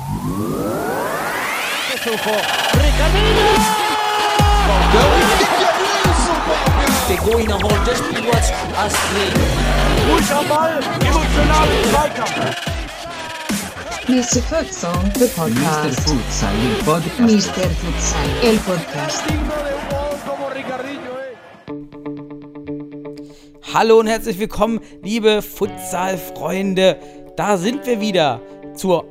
De Goina holt das Spiel als Ruhig am Ball, emotional im Zweikampf. Mr. Futsal, the podcast. Mr. Futsal, el podcast. Mr. Futsal, el podcast. Hallo und herzlich willkommen, liebe Futsal-Freunde. Da sind wir wieder zur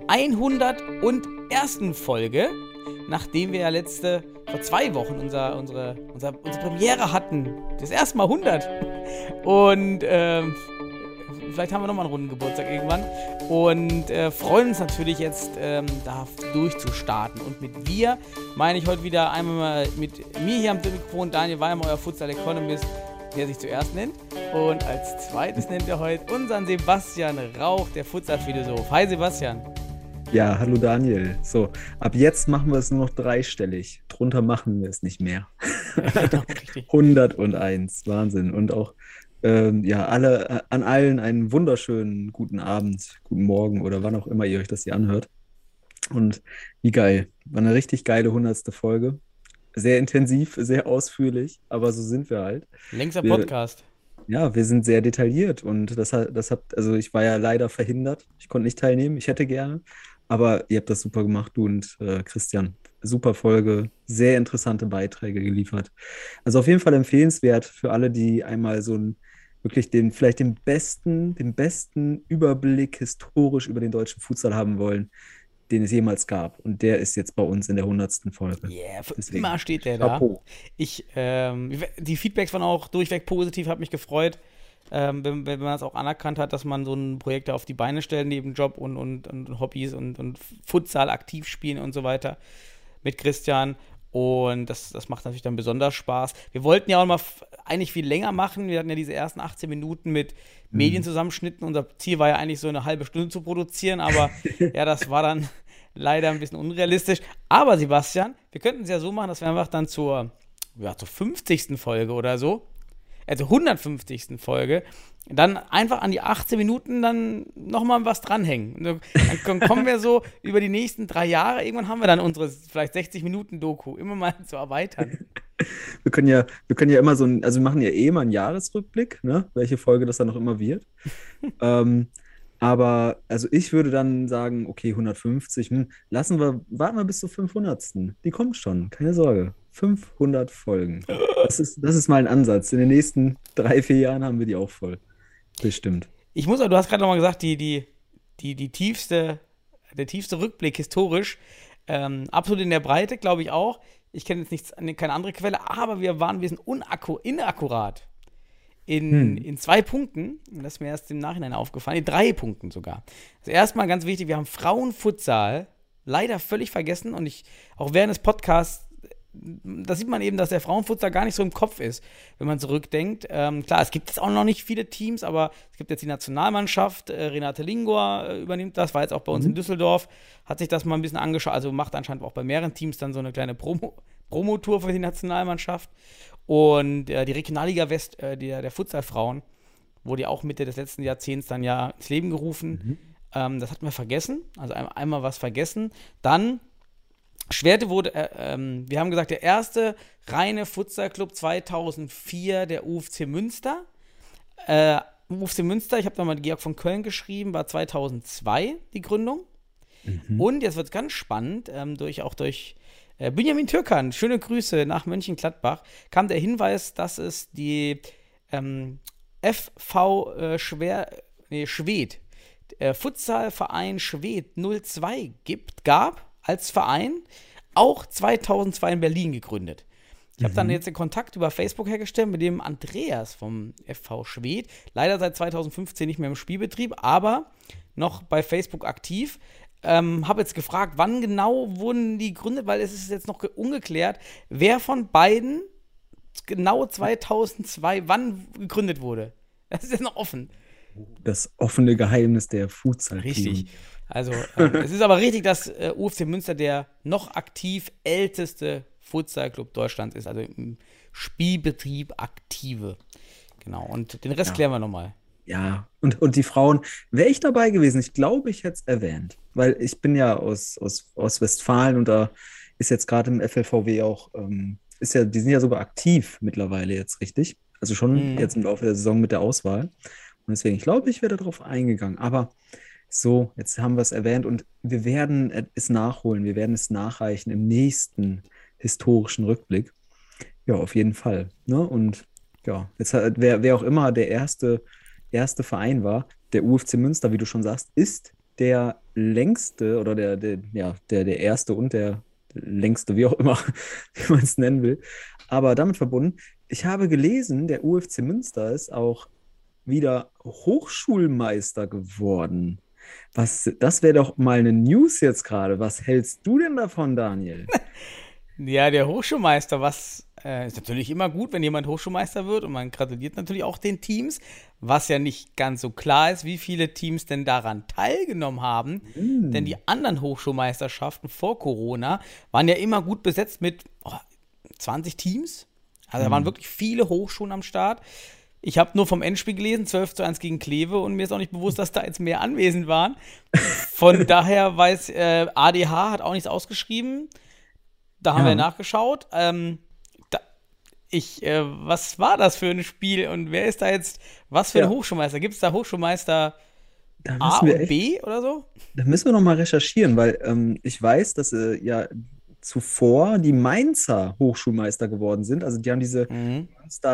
101. Folge, nachdem wir ja vor 2 Wochen unsere Premiere hatten. Das erste Mal 100. Und vielleicht haben wir nochmal einen runden Geburtstag irgendwann. Und freuen uns natürlich jetzt, da durchzustarten. Und mit wir meine ich heute wieder einmal mit mir hier am Mikrofon, Daniel Weimer, euer Futsal-Economist, der sich zuerst nennt. Und als zweites nennt er heute unseren Sebastian Rauch, der Futsal-Philosoph. Hi Sebastian. Ja, hallo Daniel. So, ab jetzt machen wir es nur noch dreistellig. Drunter machen wir es nicht mehr. Genau, richtig. 101, Wahnsinn. Und auch an allen einen wunderschönen guten Abend, guten Morgen oder wann auch immer ihr euch das hier anhört. Und wie geil. War eine richtig geile 100. Folge. Sehr intensiv, sehr ausführlich, aber so sind wir halt. Längster Podcast. Ja, wir sind sehr detailliert und also ich war ja leider verhindert. Ich konnte nicht teilnehmen, ich hätte gerne, aber ihr habt das super gemacht, du und Christian. Super Folge, sehr interessante Beiträge geliefert. Also auf jeden Fall empfehlenswert für alle, die einmal wirklich den besten Überblick historisch über den deutschen Futsal haben wollen, den es jemals gab. Und der ist jetzt bei uns in der 100. Folge. Yeah, für Deswegen. immer steht der da. Chapeau. Die Feedbacks waren auch durchweg positiv, hat mich gefreut, wenn man es auch anerkannt hat, dass man so ein Projekt auf die Beine stellt, neben Job und Hobbys und Futsal aktiv spielen und so weiter mit Christian. Und das macht natürlich dann besonders Spaß. Wir wollten ja auch mal eigentlich viel länger machen. Wir hatten ja diese ersten 18 Minuten mit Medienzusammenschnitten. Unser Ziel war ja eigentlich so eine halbe Stunde zu produzieren, aber ja, das war dann leider ein bisschen unrealistisch. Aber Sebastian, wir könnten es ja so machen, dass wir einfach dann zur 50. Folge oder so, also 150. Folge, dann einfach an die 18 Minuten dann nochmal was dranhängen. Dann kommen wir so über die nächsten 3 Jahre, irgendwann haben wir dann unsere vielleicht 60 Minuten Doku, immer mal zu erweitern. Wir können ja immer also wir machen ja mal einen Jahresrückblick, ne? Welche Folge das dann noch immer wird. Aber also ich würde dann sagen, okay, 150, warten wir bis zur 500. Die kommt schon, keine Sorge. 500 Folgen. Das ist mal ein Ansatz. In den nächsten 3-4 Jahren haben wir die auch voll. Bestimmt. Du hast gerade nochmal gesagt, der tiefste Rückblick historisch, absolut in der Breite, glaube ich auch. Ich kenne jetzt keine andere Quelle, aber wir sind inakkurat in 2 Punkten. Das ist mir erst im Nachhinein aufgefallen, in 3 Punkten sogar. Also erstmal ganz wichtig, wir haben Frauenfutsal leider völlig vergessen und auch während des Podcasts, da sieht man eben, dass der Frauenfutsal gar nicht so im Kopf ist, wenn man zurückdenkt. Klar, es gibt jetzt auch noch nicht viele Teams, aber es gibt jetzt die Nationalmannschaft, Renate Lingor übernimmt das, war jetzt auch bei uns in Düsseldorf, hat sich das mal ein bisschen angeschaut, also macht anscheinend auch bei mehreren Teams dann so eine kleine Promotour für die Nationalmannschaft. Und die Regionalliga West, der Futsalfrauen, wurde ja auch Mitte des letzten Jahrzehnts dann ja ins Leben gerufen. Das hatten wir vergessen, also einmal was vergessen. Dann Schwerte wurde, wir haben gesagt, der erste reine Futsalclub 2004, der UFC Münster. UFC Münster, ich habe da mal Georg von Köln geschrieben, war 2002 die Gründung. Und jetzt wird es ganz spannend, durch Benjamin Türkan, schöne Grüße nach Mönchengladbach, kam der Hinweis, dass es die FV Schwedt, Futsalverein Schwedt 02 gab als Verein, auch 2002 in Berlin gegründet. Ich habe dann jetzt den Kontakt über Facebook hergestellt mit dem Andreas vom FV Schwedt, leider seit 2015 nicht mehr im Spielbetrieb, aber noch bei Facebook aktiv. Habe jetzt gefragt, wann genau wurden die gegründet, weil es ist jetzt noch ungeklärt, wer von beiden genau 2002 wann gegründet wurde. Das ist jetzt noch offen. Das offene Geheimnis der Futsal. Richtig. Also, es ist aber richtig, dass UFC Münster der noch aktiv älteste Futsalclub Deutschlands ist, also im Spielbetrieb aktive. Genau, und den Rest klären wir nochmal. Ja, und die Frauen, wäre ich dabei gewesen, ich glaube, ich hätte es erwähnt, weil ich bin ja aus Westfalen und da ist jetzt gerade im FLVW auch, die sind ja sogar aktiv mittlerweile jetzt, richtig? Also schon Mhm. jetzt im Laufe der Saison mit der Auswahl. Und deswegen, ich glaube, ich wäre darauf eingegangen. Aber so, jetzt haben wir es erwähnt und wir werden es nachholen, wir werden es nachreichen im nächsten historischen Rückblick. Ja, auf jeden Fall. Ne? Und ja, wer auch immer der erste Verein war, der UFC Münster, wie du schon sagst, ist der längste oder der erste und der längste, wie auch immer, wie man es nennen will. Aber damit verbunden, ich habe gelesen, der UFC Münster ist auch wieder Hochschulmeister geworden. Das wäre doch mal eine News jetzt gerade. Was hältst du denn davon, Daniel? Ja, der Hochschulmeister, ist natürlich immer gut, wenn jemand Hochschulmeister wird und man gratuliert natürlich auch den Teams, was ja nicht ganz so klar ist, wie viele Teams denn daran teilgenommen haben, denn die anderen Hochschulmeisterschaften vor Corona waren ja immer gut besetzt mit 20 Teams, also da waren wirklich viele Hochschulen am Start. Ich habe nur vom Endspiel gelesen, 12:1 gegen Kleve und mir ist auch nicht bewusst, dass da jetzt mehr anwesend waren. Von daher weiß ADH hat auch nichts ausgeschrieben. Da haben wir Ja. nachgeschaut. Was war das für ein Spiel und wer ist da jetzt, was für ein Ja. Hochschulmeister? Gibt es da Hochschulmeister Da A müssen wir und echt B oder so? Da müssen wir noch mal recherchieren, weil ich weiß, dass ja zuvor die Mainzer Hochschulmeister geworden sind. Also die haben diese Mhm.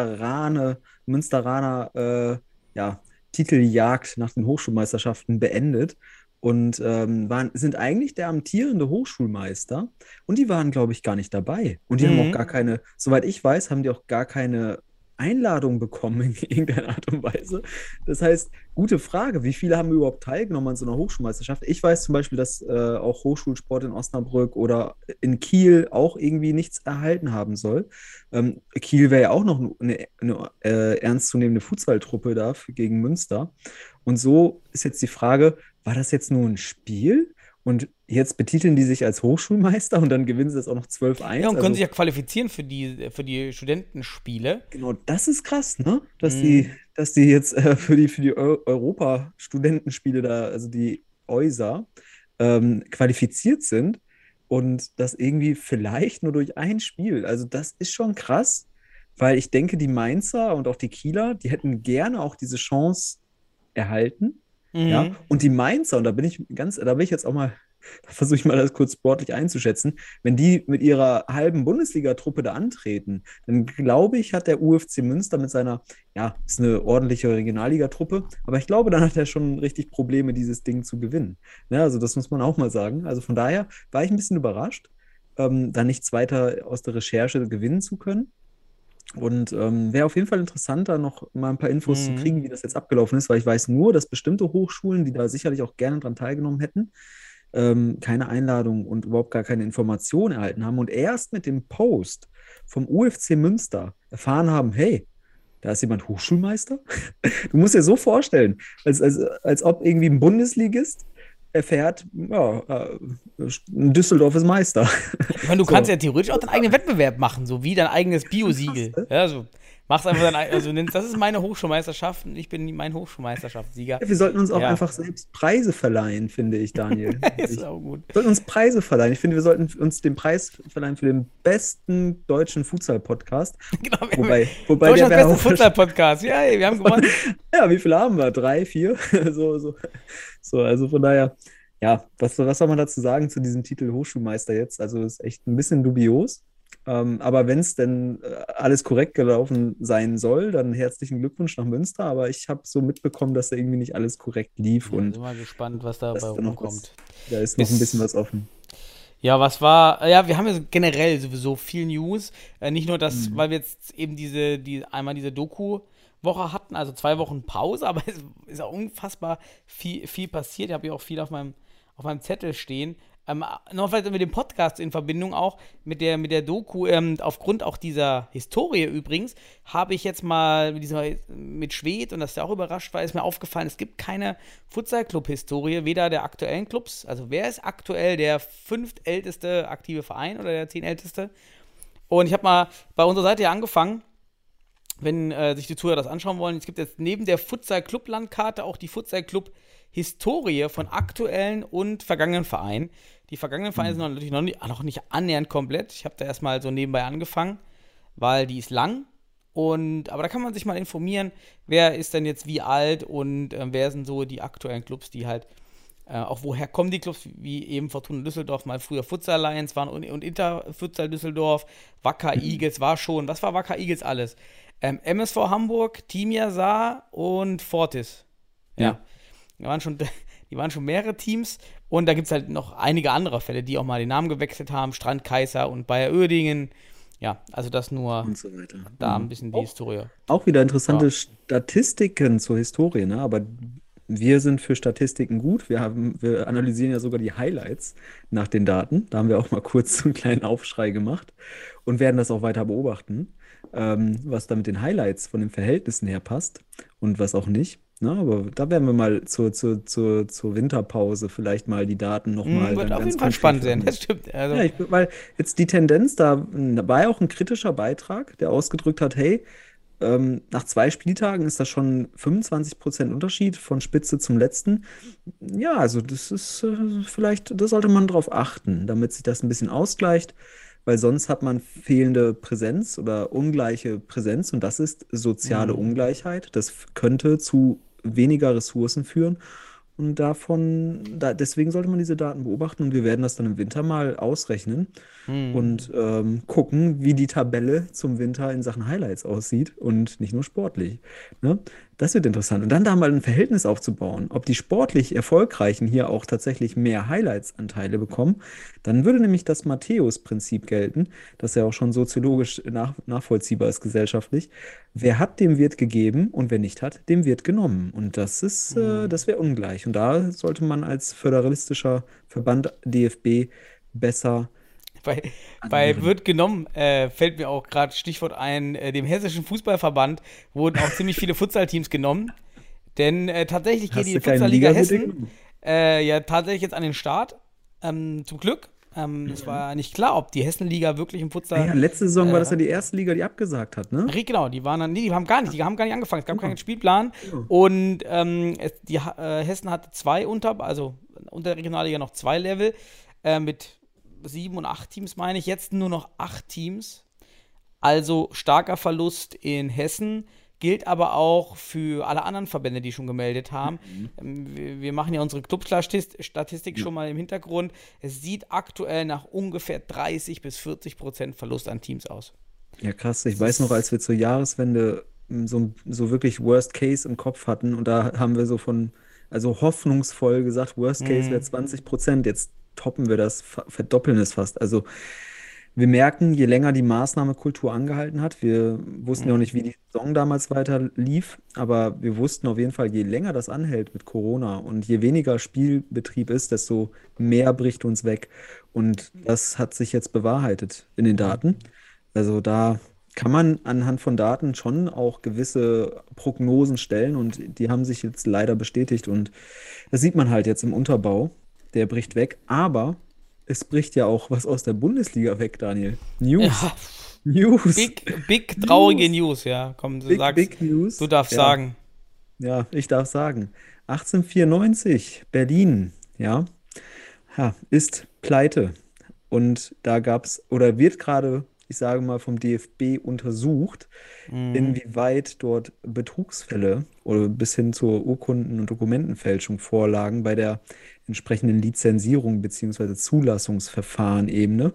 Münsteraner ja, Titeljagd nach den Hochschulmeisterschaften beendet und sind eigentlich der amtierende Hochschulmeister. Und die waren, glaube ich, gar nicht dabei. Und die haben auch Mhm. gar keine, soweit ich weiß, haben die auch gar keine Einladung bekommen in irgendeiner Art und Weise. Das heißt, gute Frage, wie viele haben überhaupt teilgenommen an so einer Hochschulmeisterschaft? Ich weiß zum Beispiel, dass auch Hochschulsport in Osnabrück oder in Kiel auch irgendwie nichts erhalten haben soll. Kiel wäre ja auch noch eine ernstzunehmende Fußballtruppe da gegen Münster. Und so ist jetzt die Frage, war das jetzt nur ein Spiel? Und jetzt betiteln die sich als Hochschulmeister und dann gewinnen sie das auch noch 12:1. Ja, und können Also sich ja qualifizieren für die Studentenspiele. genau, das ist krass, ne? Mhm. Dass die jetzt für die Europa-Studentenspiele da, also die EUSA, qualifiziert sind und das irgendwie vielleicht nur durch ein Spiel. Also das ist schon krass, weil ich denke, die Mainzer und auch die Kieler, die hätten gerne auch diese Chance erhalten. Ja, Mhm. und die Mainzer, und da bin ich jetzt auch mal, da versuche ich mal das kurz sportlich einzuschätzen, wenn die mit ihrer halben Bundesliga-Truppe da antreten, dann glaube ich, hat der UFC Münster mit seiner, ja, ist eine ordentliche Regionalliga-Truppe, aber ich glaube, dann hat er schon richtig Probleme, dieses Ding zu gewinnen. Ja, also das muss man auch mal sagen. Also von daher war ich ein bisschen überrascht, da nichts weiter aus der Recherche gewinnen zu können. Und wäre auf jeden Fall interessant, da noch mal ein paar Infos zu Mhm. kriegen, wie das jetzt abgelaufen ist, weil ich weiß nur, dass bestimmte Hochschulen, die da sicherlich auch gerne dran teilgenommen hätten, keine Einladung und überhaupt gar keine Information erhalten haben und erst mit dem Post vom UFC Münster erfahren haben, hey, da ist jemand Hochschulmeister. Du musst dir so vorstellen, als ob irgendwie ein Bundesligist erfährt, ja, Düsseldorf ist Meister. Ich meine, du kannst So. ja theoretisch auch deinen eigenen Wettbewerb machen, so wie dein eigenes Schon krass, Biosiegel. ne? Ja, so. Machst einfach das ist meine Hochschulmeisterschaft und ich bin mein Hochschulmeisterschaftssieger. Ja, wir sollten uns auch Ja, einfach selbst Preise verleihen, finde ich, Daniel. ist auch gut. Wir sollten uns Preise verleihen. Ich finde, wir sollten uns den Preis verleihen für den besten deutschen Futsal-Podcast. Genau, Wobei der Deutschlands wäre bester auch. Futsal-Podcast. Ja, ey, wir haben gewonnen. Ja, wie viele haben wir? 3, 4? So, also von daher, ja, was soll man dazu sagen zu diesem Titel Hochschulmeister jetzt? Also ist echt ein bisschen dubios. Aber wenn es denn alles korrekt gelaufen sein soll, dann herzlichen Glückwunsch nach Münster. Aber ich habe so mitbekommen, dass da irgendwie nicht alles korrekt lief Ja, und sind wir gespannt, was dabei dass rumkommt. da ist noch ein bisschen was offen. Ja, ja, wir haben ja generell sowieso viel News. Nicht nur das, weil wir jetzt eben einmal diese Doku-Woche hatten, also 2 Wochen Pause, aber es ist auch unfassbar viel passiert. Ich habe ja auch viel auf meinem Zettel stehen. Noch vielleicht mit dem Podcast in Verbindung auch mit der Doku, aufgrund auch dieser Historie übrigens, habe ich jetzt mal mit Schwedt, und das ja auch überrascht war, ist mir aufgefallen, es gibt keine Futsal-Club-Historie, weder der aktuellen Clubs, also wer ist aktuell der 5. älteste aktive Verein oder der 10. älteste? Und ich habe mal bei unserer Seite ja angefangen, wenn sich die Zuhörer das anschauen wollen, es gibt jetzt neben der Futsal-Club-Landkarte auch die Futsal-Club-Historie von aktuellen und vergangenen Vereinen. Die vergangenen Vereine sind natürlich noch nicht annähernd komplett. Ich habe da erstmal so nebenbei angefangen, weil die ist lang. Aber da kann man sich mal informieren, wer ist denn jetzt wie alt und wer sind so die aktuellen Clubs, die halt auch woher kommen die Clubs, wie eben Fortuna Düsseldorf, mal früher Futsal Alliance waren und Inter Futsal Düsseldorf, Wacker Eagles was war Wacker Eagles alles? MSV Hamburg, Team Saar und Fortis. Ja. Die waren schon mehrere Teams und da gibt es halt noch einige andere Fälle, die auch mal den Namen gewechselt haben, Strand Kaiser und Bayer Uerdingen. Ja, also das nur und so weiter. Da ein bisschen die Historie. Auch wieder interessante Statistiken zur Historie, ne? Aber wir sind für Statistiken gut. Wir analysieren ja sogar die Highlights nach den Daten. Da haben wir auch mal kurz so einen kleinen Aufschrei gemacht und werden das auch weiter beobachten, was da mit den Highlights von den Verhältnissen her passt und was auch nicht. Ne? Aber da werden wir mal zur Winterpause vielleicht mal die Daten nochmal. Wird auf jeden Fall spannend sein, das stimmt. Also. Ja, weil jetzt die Tendenz, da war ja auch ein kritischer Beitrag, der ausgedrückt hat, hey, nach 2 Spieltagen ist das schon 25% Unterschied von Spitze zum letzten. Ja, also das ist vielleicht, da sollte man drauf achten, damit sich das ein bisschen ausgleicht, weil sonst hat man fehlende Präsenz oder ungleiche Präsenz und das ist soziale Ungleichheit. Das könnte zu weniger Ressourcen führen. Und deswegen sollte man diese Daten beobachten und wir werden das dann im Winter mal ausrechnen und gucken, wie die Tabelle zum Winter in Sachen Highlights aussieht und nicht nur sportlich. Ne? Das wird interessant. Und dann da mal ein Verhältnis aufzubauen, ob die sportlich Erfolgreichen hier auch tatsächlich mehr Highlights-Anteile bekommen, dann würde nämlich das Matthäus-Prinzip gelten, das ja auch schon soziologisch nachvollziehbar ist gesellschaftlich. Wer hat, dem wird gegeben und wer nicht hat, dem wird genommen. Und das wäre ungleich. Und da sollte man als föderalistischer Verband DFB besser Bei wird genommen, fällt mir auch gerade Stichwort ein, dem Hessischen Fußballverband wurden auch ziemlich viele Futsal-Teams genommen. Denn tatsächlich geht die Futsalliga Hessen tatsächlich jetzt an den Start. Zum Glück. Es war nicht klar, ob die Hessenliga wirklich im Futsal. Ja, letzte Saison war das ja die erste Liga, die abgesagt hat, ne? Genau, die haben gar nicht angefangen. Es gab keinen Spielplan. Und die Hessen hatte unter der Regionalliga noch 2 Level mit 7 und 8 Teams, meine ich. Jetzt nur noch 8 Teams. Also starker Verlust in Hessen. Gilt aber auch für alle anderen Verbände, die schon gemeldet haben. Wir machen ja unsere Clubstatistik schon mal im Hintergrund. Es sieht aktuell nach ungefähr 30-40% Verlust an Teams aus. Ja, krass. Ich weiß noch, als wir zur Jahreswende so wirklich Worst Case im Kopf hatten und da haben wir so hoffnungsvoll gesagt, Worst Case wäre 20%. Jetzt toppen wir das, verdoppeln es fast. Also wir merken, je länger die Maßnahmekultur angehalten hat, wir wussten ja auch nicht, wie die Saison damals weiter lief, aber wir wussten auf jeden Fall, je länger das anhält mit Corona und je weniger Spielbetrieb ist, desto mehr bricht uns weg. Und das hat sich jetzt bewahrheitet in den Daten. Also da kann man anhand von Daten schon auch gewisse Prognosen stellen und die haben sich jetzt leider bestätigt und das sieht man halt jetzt im Unterbau, der bricht weg, aber es bricht ja auch was aus der Bundesliga weg, Daniel. News. Ja. News. Big traurige News, ja. Komm, Big News. Du darfst sagen. Ja, ich darf sagen. 1894, Berlin, ja, ist pleite. Und da wird gerade, ich sage mal, vom DFB untersucht, inwieweit dort Betrugsfälle oder bis hin zur Urkunden- und Dokumentenfälschung vorlagen bei der entsprechenden Lizenzierung bzw. Zulassungsverfahren-Ebene.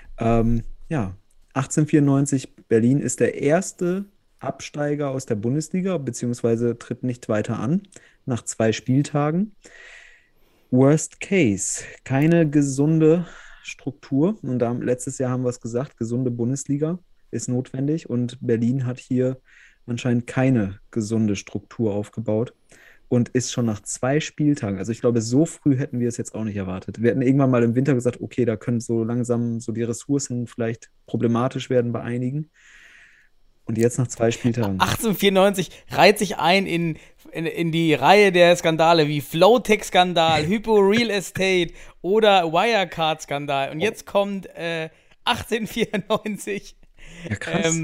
1894, Berlin ist der erste Absteiger aus der Bundesliga bzw. tritt nicht weiter an nach 2 Spieltagen. Worst Case, keine gesunde Struktur. Und letztes Jahr haben wir es gesagt, gesunde Bundesliga ist notwendig und Berlin hat hier anscheinend keine gesunde Struktur aufgebaut und ist schon nach 2 Spieltagen, also ich glaube, so früh hätten wir es jetzt auch nicht erwartet. Wir hätten irgendwann mal im Winter gesagt, okay, da können so langsam so die Ressourcen vielleicht problematisch werden bei einigen. Und jetzt nach 2 Spieltagen. 1894 reiht sich ein in die Reihe der Skandale wie Flowtech-Skandal, Hypo Real Estate oder Wirecard-Skandal. Und jetzt kommt 1894 Ja, krass.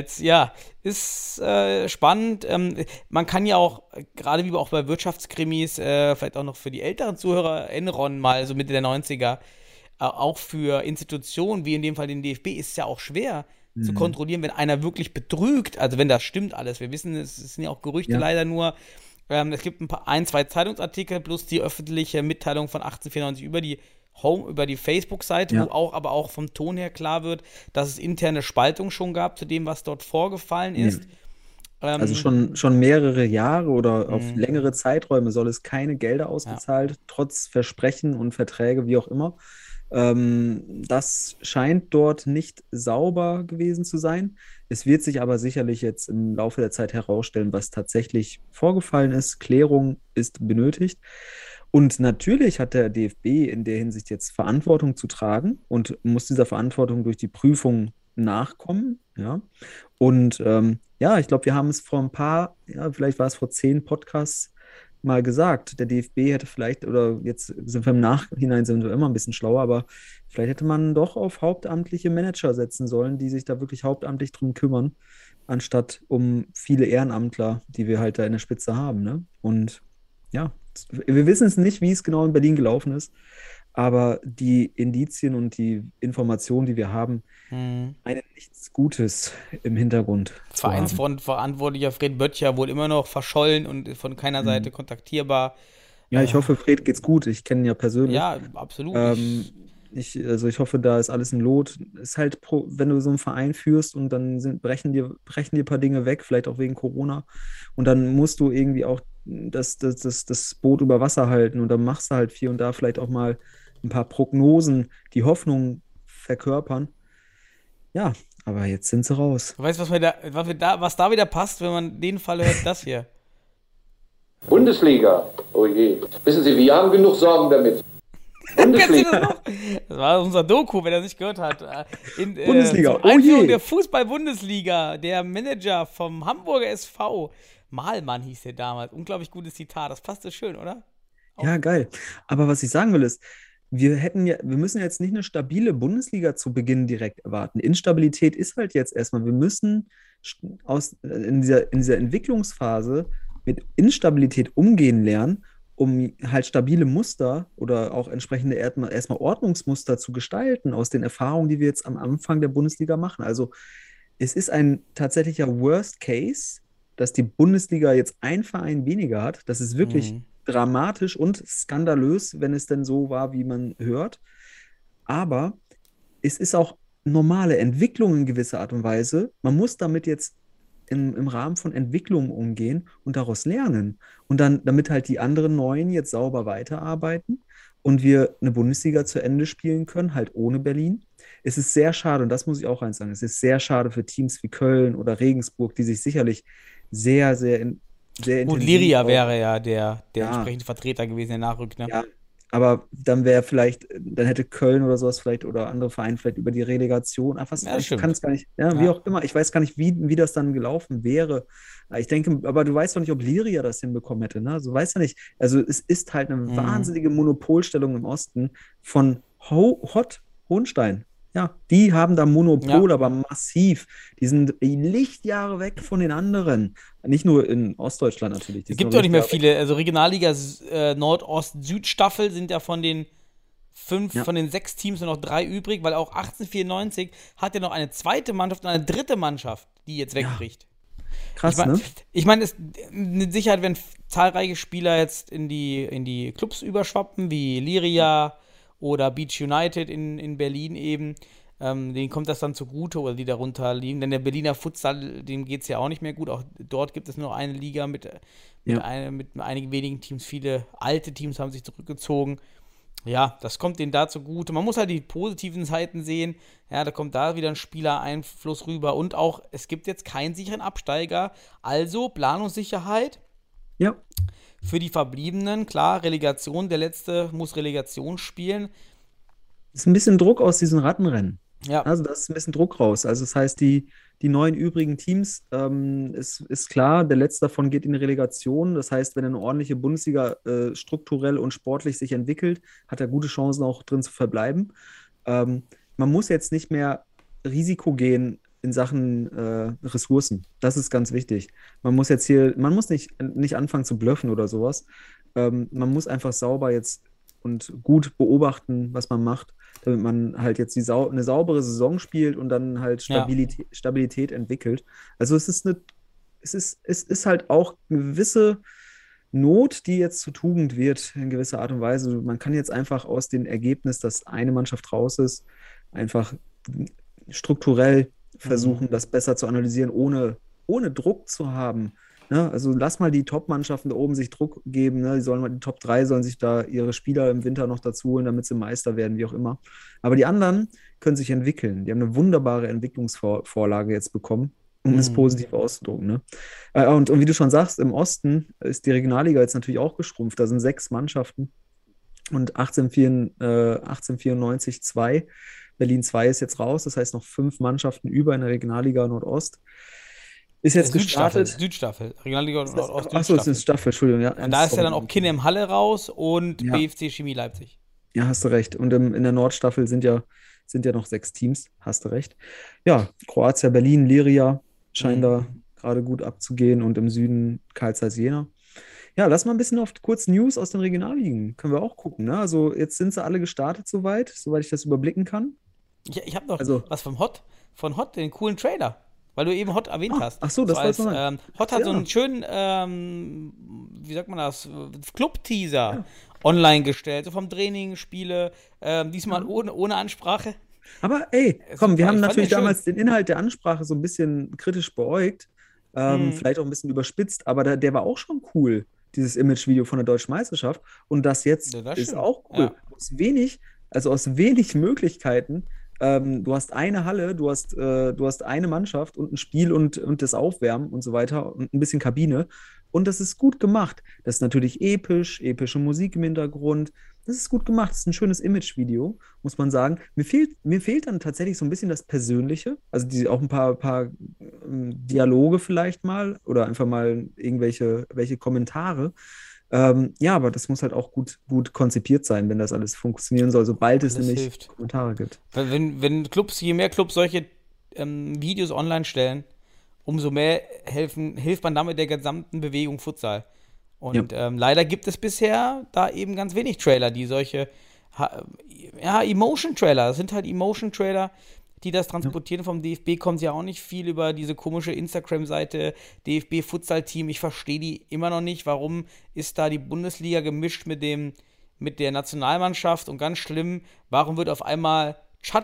Ist spannend. Man kann ja auch, gerade wie auch bei Wirtschaftskrimis, vielleicht auch noch für die älteren Zuhörer, Enron mal, so Mitte der 90er, auch für Institutionen, wie in dem Fall den DFB, ist es ja auch schwer zu kontrollieren, wenn einer wirklich betrügt, also wenn das stimmt alles. Wir wissen, es sind ja auch Gerüchte leider nur. Es gibt zwei Zeitungsartikel plus die öffentliche Mitteilung von 1894 über die Facebook-Seite, wo aber auch vom Ton her klar wird, dass es interne Spaltung schon gab zu dem, was dort vorgefallen ist. Also schon mehrere Jahre oder auf längere Zeiträume soll es keine Gelder ausgezahlt, trotz Versprechen und Verträge, wie auch immer. Das scheint dort nicht sauber gewesen zu sein. Es wird sich aber sicherlich jetzt im Laufe der Zeit herausstellen, was tatsächlich vorgefallen ist. Klärung ist benötigt. Und natürlich hat der DFB in der Hinsicht jetzt Verantwortung zu tragen und muss dieser Verantwortung durch die Prüfung nachkommen. Ja. Und ich glaube, wir haben es vor vielleicht war es vor 10 Podcasts mal gesagt, der DFB hätte vielleicht, oder jetzt sind wir im Nachhinein sind wir immer ein bisschen schlauer, aber vielleicht hätte man doch auf hauptamtliche Manager setzen sollen, die sich da wirklich hauptamtlich drum kümmern, anstatt um viele Ehrenamtler, die wir halt da in der Spitze haben. Ne? Und ja, wir wissen es nicht, wie es genau in Berlin gelaufen ist, aber die Indizien und die Informationen, die wir haben, einen nichts Gutes im Hintergrund zu haben. Vereinsverantwortlicher Fred Böttcher wohl immer noch verschollen und von keiner Seite kontaktierbar. Ja, ich hoffe, Fred geht's gut. Ich kenne ihn ja persönlich. Ja, absolut. Ich hoffe, da ist alles in Lot. Ist halt, wenn du so einen Verein führst und dann brechen dir ein paar Dinge weg, vielleicht auch wegen Corona. Und dann musst du irgendwie auch das Boot über Wasser halten und dann machst du halt hier und da vielleicht auch mal ein paar Prognosen, die Hoffnung verkörpern. Ja, aber jetzt sind sie raus. Weißt du, was da wieder passt, wenn man den Fall hört, das hier? Bundesliga, oh je. Wissen Sie, wir haben genug Sorgen damit. Bundesliga. Das war unser Doku, wer das nicht gehört hat. Bundesliga, Einführung der Fußball-Bundesliga, der Manager vom Hamburger SV, Mahlmann hieß der damals. Unglaublich gutes Zitat, das passt so schön, oder? Ja, geil. Aber was ich sagen will ist, wir müssen jetzt nicht eine stabile Bundesliga zu Beginn direkt erwarten. Instabilität ist halt jetzt erstmal, wir müssen in dieser Entwicklungsphase mit Instabilität umgehen lernen, um halt stabile Muster oder auch entsprechende erstmal Ordnungsmuster zu gestalten aus den Erfahrungen, die wir jetzt am Anfang der Bundesliga machen. Also es ist ein tatsächlicher Worst Case, dass die Bundesliga jetzt ein Verein weniger hat. Das ist wirklich dramatisch und skandalös, wenn es denn so war, wie man hört. Aber es ist auch normale Entwicklung in gewisser Art und Weise. Man muss damit jetzt im Rahmen von Entwicklung umgehen und daraus lernen. Und dann, damit halt die anderen Neuen jetzt sauber weiterarbeiten und wir eine Bundesliga zu Ende spielen können, halt ohne Berlin. Es ist sehr schade, und das muss ich auch eins sagen, es ist sehr schade für Teams wie Köln oder Regensburg, die sich sicherlich sehr, sehr intensiv. Gut, Liria wäre ja der entsprechende Vertreter gewesen, der nachrückt, ne? Ja, aber dann dann hätte Köln oder sowas vielleicht oder andere Vereine vielleicht über die Relegation, ich kann es gar nicht, wie auch immer, ich weiß gar nicht, wie das dann gelaufen wäre. Ich denke, aber du weißt doch nicht, ob Liria das hinbekommen hätte, ne? So weißt du nicht. Also es ist halt eine wahnsinnige Monopolstellung im Osten von Hohenstein. Ja, die haben da Monopol, aber massiv. Die sind Lichtjahre weg von den anderen. Nicht nur in Ostdeutschland natürlich. Es gibt ja auch nicht mehr viele. Also Regionalliga Nordost-Süd-Staffel sind ja von den 6 Teams nur noch 3 übrig, weil auch 1894 hat ja noch eine zweite Mannschaft und eine dritte Mannschaft, die jetzt wegbricht. Krass, ne? Ich meine, es mit Sicherheit, wenn zahlreiche Spieler jetzt in die Clubs überschwappen, wie Liria oder Beach United in Berlin eben, denen kommt das dann zugute oder die darunter liegen. Denn der Berliner Futsal, dem geht es ja auch nicht mehr gut. Auch dort gibt es nur eine Liga mit einigen wenigen Teams. Viele alte Teams haben sich zurückgezogen. Ja, das kommt denen da zugute. Man muss halt die positiven Seiten sehen. Ja, da kommt da wieder ein Spielereinfluss rüber. Und auch, es gibt jetzt keinen sicheren Absteiger. Also Planungssicherheit. Ja. Für die Verbliebenen, klar, Relegation, der Letzte muss Relegation spielen. Ist ein bisschen Druck aus diesen Rattenrennen. Ja. Also da ist ein bisschen Druck raus. Also das heißt, die 9 übrigen Teams, ist klar, der Letzte davon geht in die Relegation. Das heißt, wenn eine ordentliche Bundesliga strukturell und sportlich sich entwickelt, hat er gute Chancen auch drin zu verbleiben. Man muss jetzt nicht mehr Risiko gehen, in Sachen Ressourcen. Das ist ganz wichtig. Man muss nicht anfangen zu bluffen oder sowas. Man muss einfach sauber jetzt und gut beobachten, was man macht, damit man halt jetzt eine saubere Saison spielt und dann halt Stabilität entwickelt. Also es ist halt auch eine gewisse Not, die jetzt zu Tugend wird, in gewisser Art und Weise. Man kann jetzt einfach aus dem Ergebnis, dass eine Mannschaft raus ist, einfach strukturell versuchen, das besser zu analysieren, ohne Druck zu haben. Ne? Also lass mal die Top-Mannschaften da oben sich Druck geben. Ne? Die Top 3 sollen sich da ihre Spieler im Winter noch dazu holen, damit sie Meister werden, wie auch immer. Aber die anderen können sich entwickeln. Die haben eine wunderbare Entwicklungsvorlage jetzt bekommen, um es positiv auszudrücken. Ne? Und wie du schon sagst, im Osten ist die Regionalliga jetzt natürlich auch geschrumpft. Da sind 6 Mannschaften und 1894 2. Berlin 2 ist jetzt raus, das heißt noch 5 Mannschaften über in der Regionalliga Nordost. Ist jetzt gestartet. Südstaffel. Regionalliga Nordost. Achso, es ist Staffel, Entschuldigung. Ja. Und da ist ja dann auch Kinnem Halle raus und BFC Chemie Leipzig. Ja, hast du recht. Und in der Nordstaffel sind ja noch 6 Teams, hast du recht. Ja, Kroatia, Berlin, Liria scheinen da gerade gut abzugehen und im Süden Carl Zeiss Jena. Ja, lass mal ein bisschen auf kurz News aus den Regionalligen. Können wir auch gucken. Ne? Also jetzt sind sie alle gestartet soweit ich das überblicken kann. Ich habe noch was von Hot, den coolen Trailer, weil du eben Hot erwähnt hast. Ach so, das war so Hot hat so einen schönen, wie sagt man das, Club-Teaser online gestellt, so vom Training, Spiele, diesmal ohne Ansprache. Aber ey, komm, wir haben natürlich damals den Inhalt der Ansprache so ein bisschen kritisch beäugt, vielleicht auch ein bisschen überspitzt, aber der war auch schon cool, dieses Image-Video von der Deutschen Meisterschaft. Und das jetzt ist auch cool. Ja. Aus wenig Möglichkeiten. Du hast eine Halle, du hast eine Mannschaft und ein Spiel und das Aufwärmen und so weiter und ein bisschen Kabine. Und das ist gut gemacht. Das ist natürlich epische Musik im Hintergrund. Das ist gut gemacht. Das ist ein schönes Image-Video, muss man sagen. Mir fehlt dann tatsächlich so ein bisschen das Persönliche. Also auch ein paar Dialoge vielleicht mal oder einfach mal welche Kommentare. Aber das muss halt auch gut konzipiert sein, wenn das alles funktionieren soll, sobald es nämlich Kommentare gibt. Je mehr Clubs solche Videos online stellen, umso mehr hilft man damit der gesamten Bewegung Futsal. Und leider gibt es bisher da eben ganz wenig Trailer, die solche Emotion-Trailer, das sind halt Emotion-Trailer, die das transportieren. Vom DFB kommt ja auch nicht viel über diese komische Instagram-Seite DFB Futsal Team. Ich verstehe die immer noch nicht. Warum ist da die Bundesliga gemischt mit der Nationalmannschaft? Und ganz schlimm, warum wird auf einmal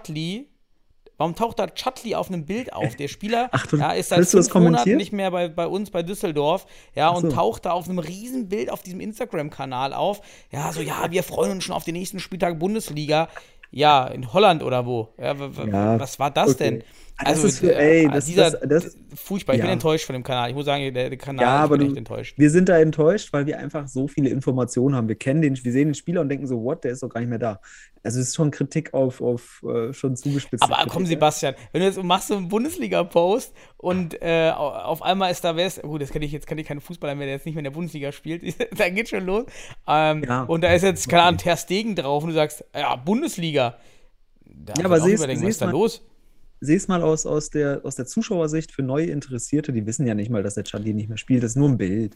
warum taucht da Chatli auf einem Bild auf? Der Spieler ist seit 5 Monaten nicht mehr bei uns, bei Düsseldorf, und taucht da auf einem riesen Bild auf diesem Instagram-Kanal auf. Wir freuen uns schon auf den nächsten Spieltag Bundesliga. Ja, in Holland oder wo? Was war das denn? Also, das ist furchtbar. Ich bin enttäuscht von dem Kanal. Ich muss sagen, der Kanal, ich bin echt enttäuscht. Wir sind da enttäuscht, weil wir einfach so viele Informationen haben. Wir sehen den Spieler und denken so, der ist doch gar nicht mehr da. Also es ist schon Kritik auf schon zugespitzt. Aber komm, Sebastian, wenn du jetzt machst so einen Bundesliga-Post und auf einmal ist da gut, jetzt kann ich keinen Fußballer mehr, der jetzt nicht mehr in der Bundesliga spielt. Da geht schon los. Und da ist jetzt, keine Ahnung, Ter Stegen drauf und du sagst, Bundesliga. Aber was ist da los? Sehe es mal aus der Zuschauersicht für neue Interessierte, die wissen ja nicht mal, dass der Chatli nicht mehr spielt, das ist nur ein Bild.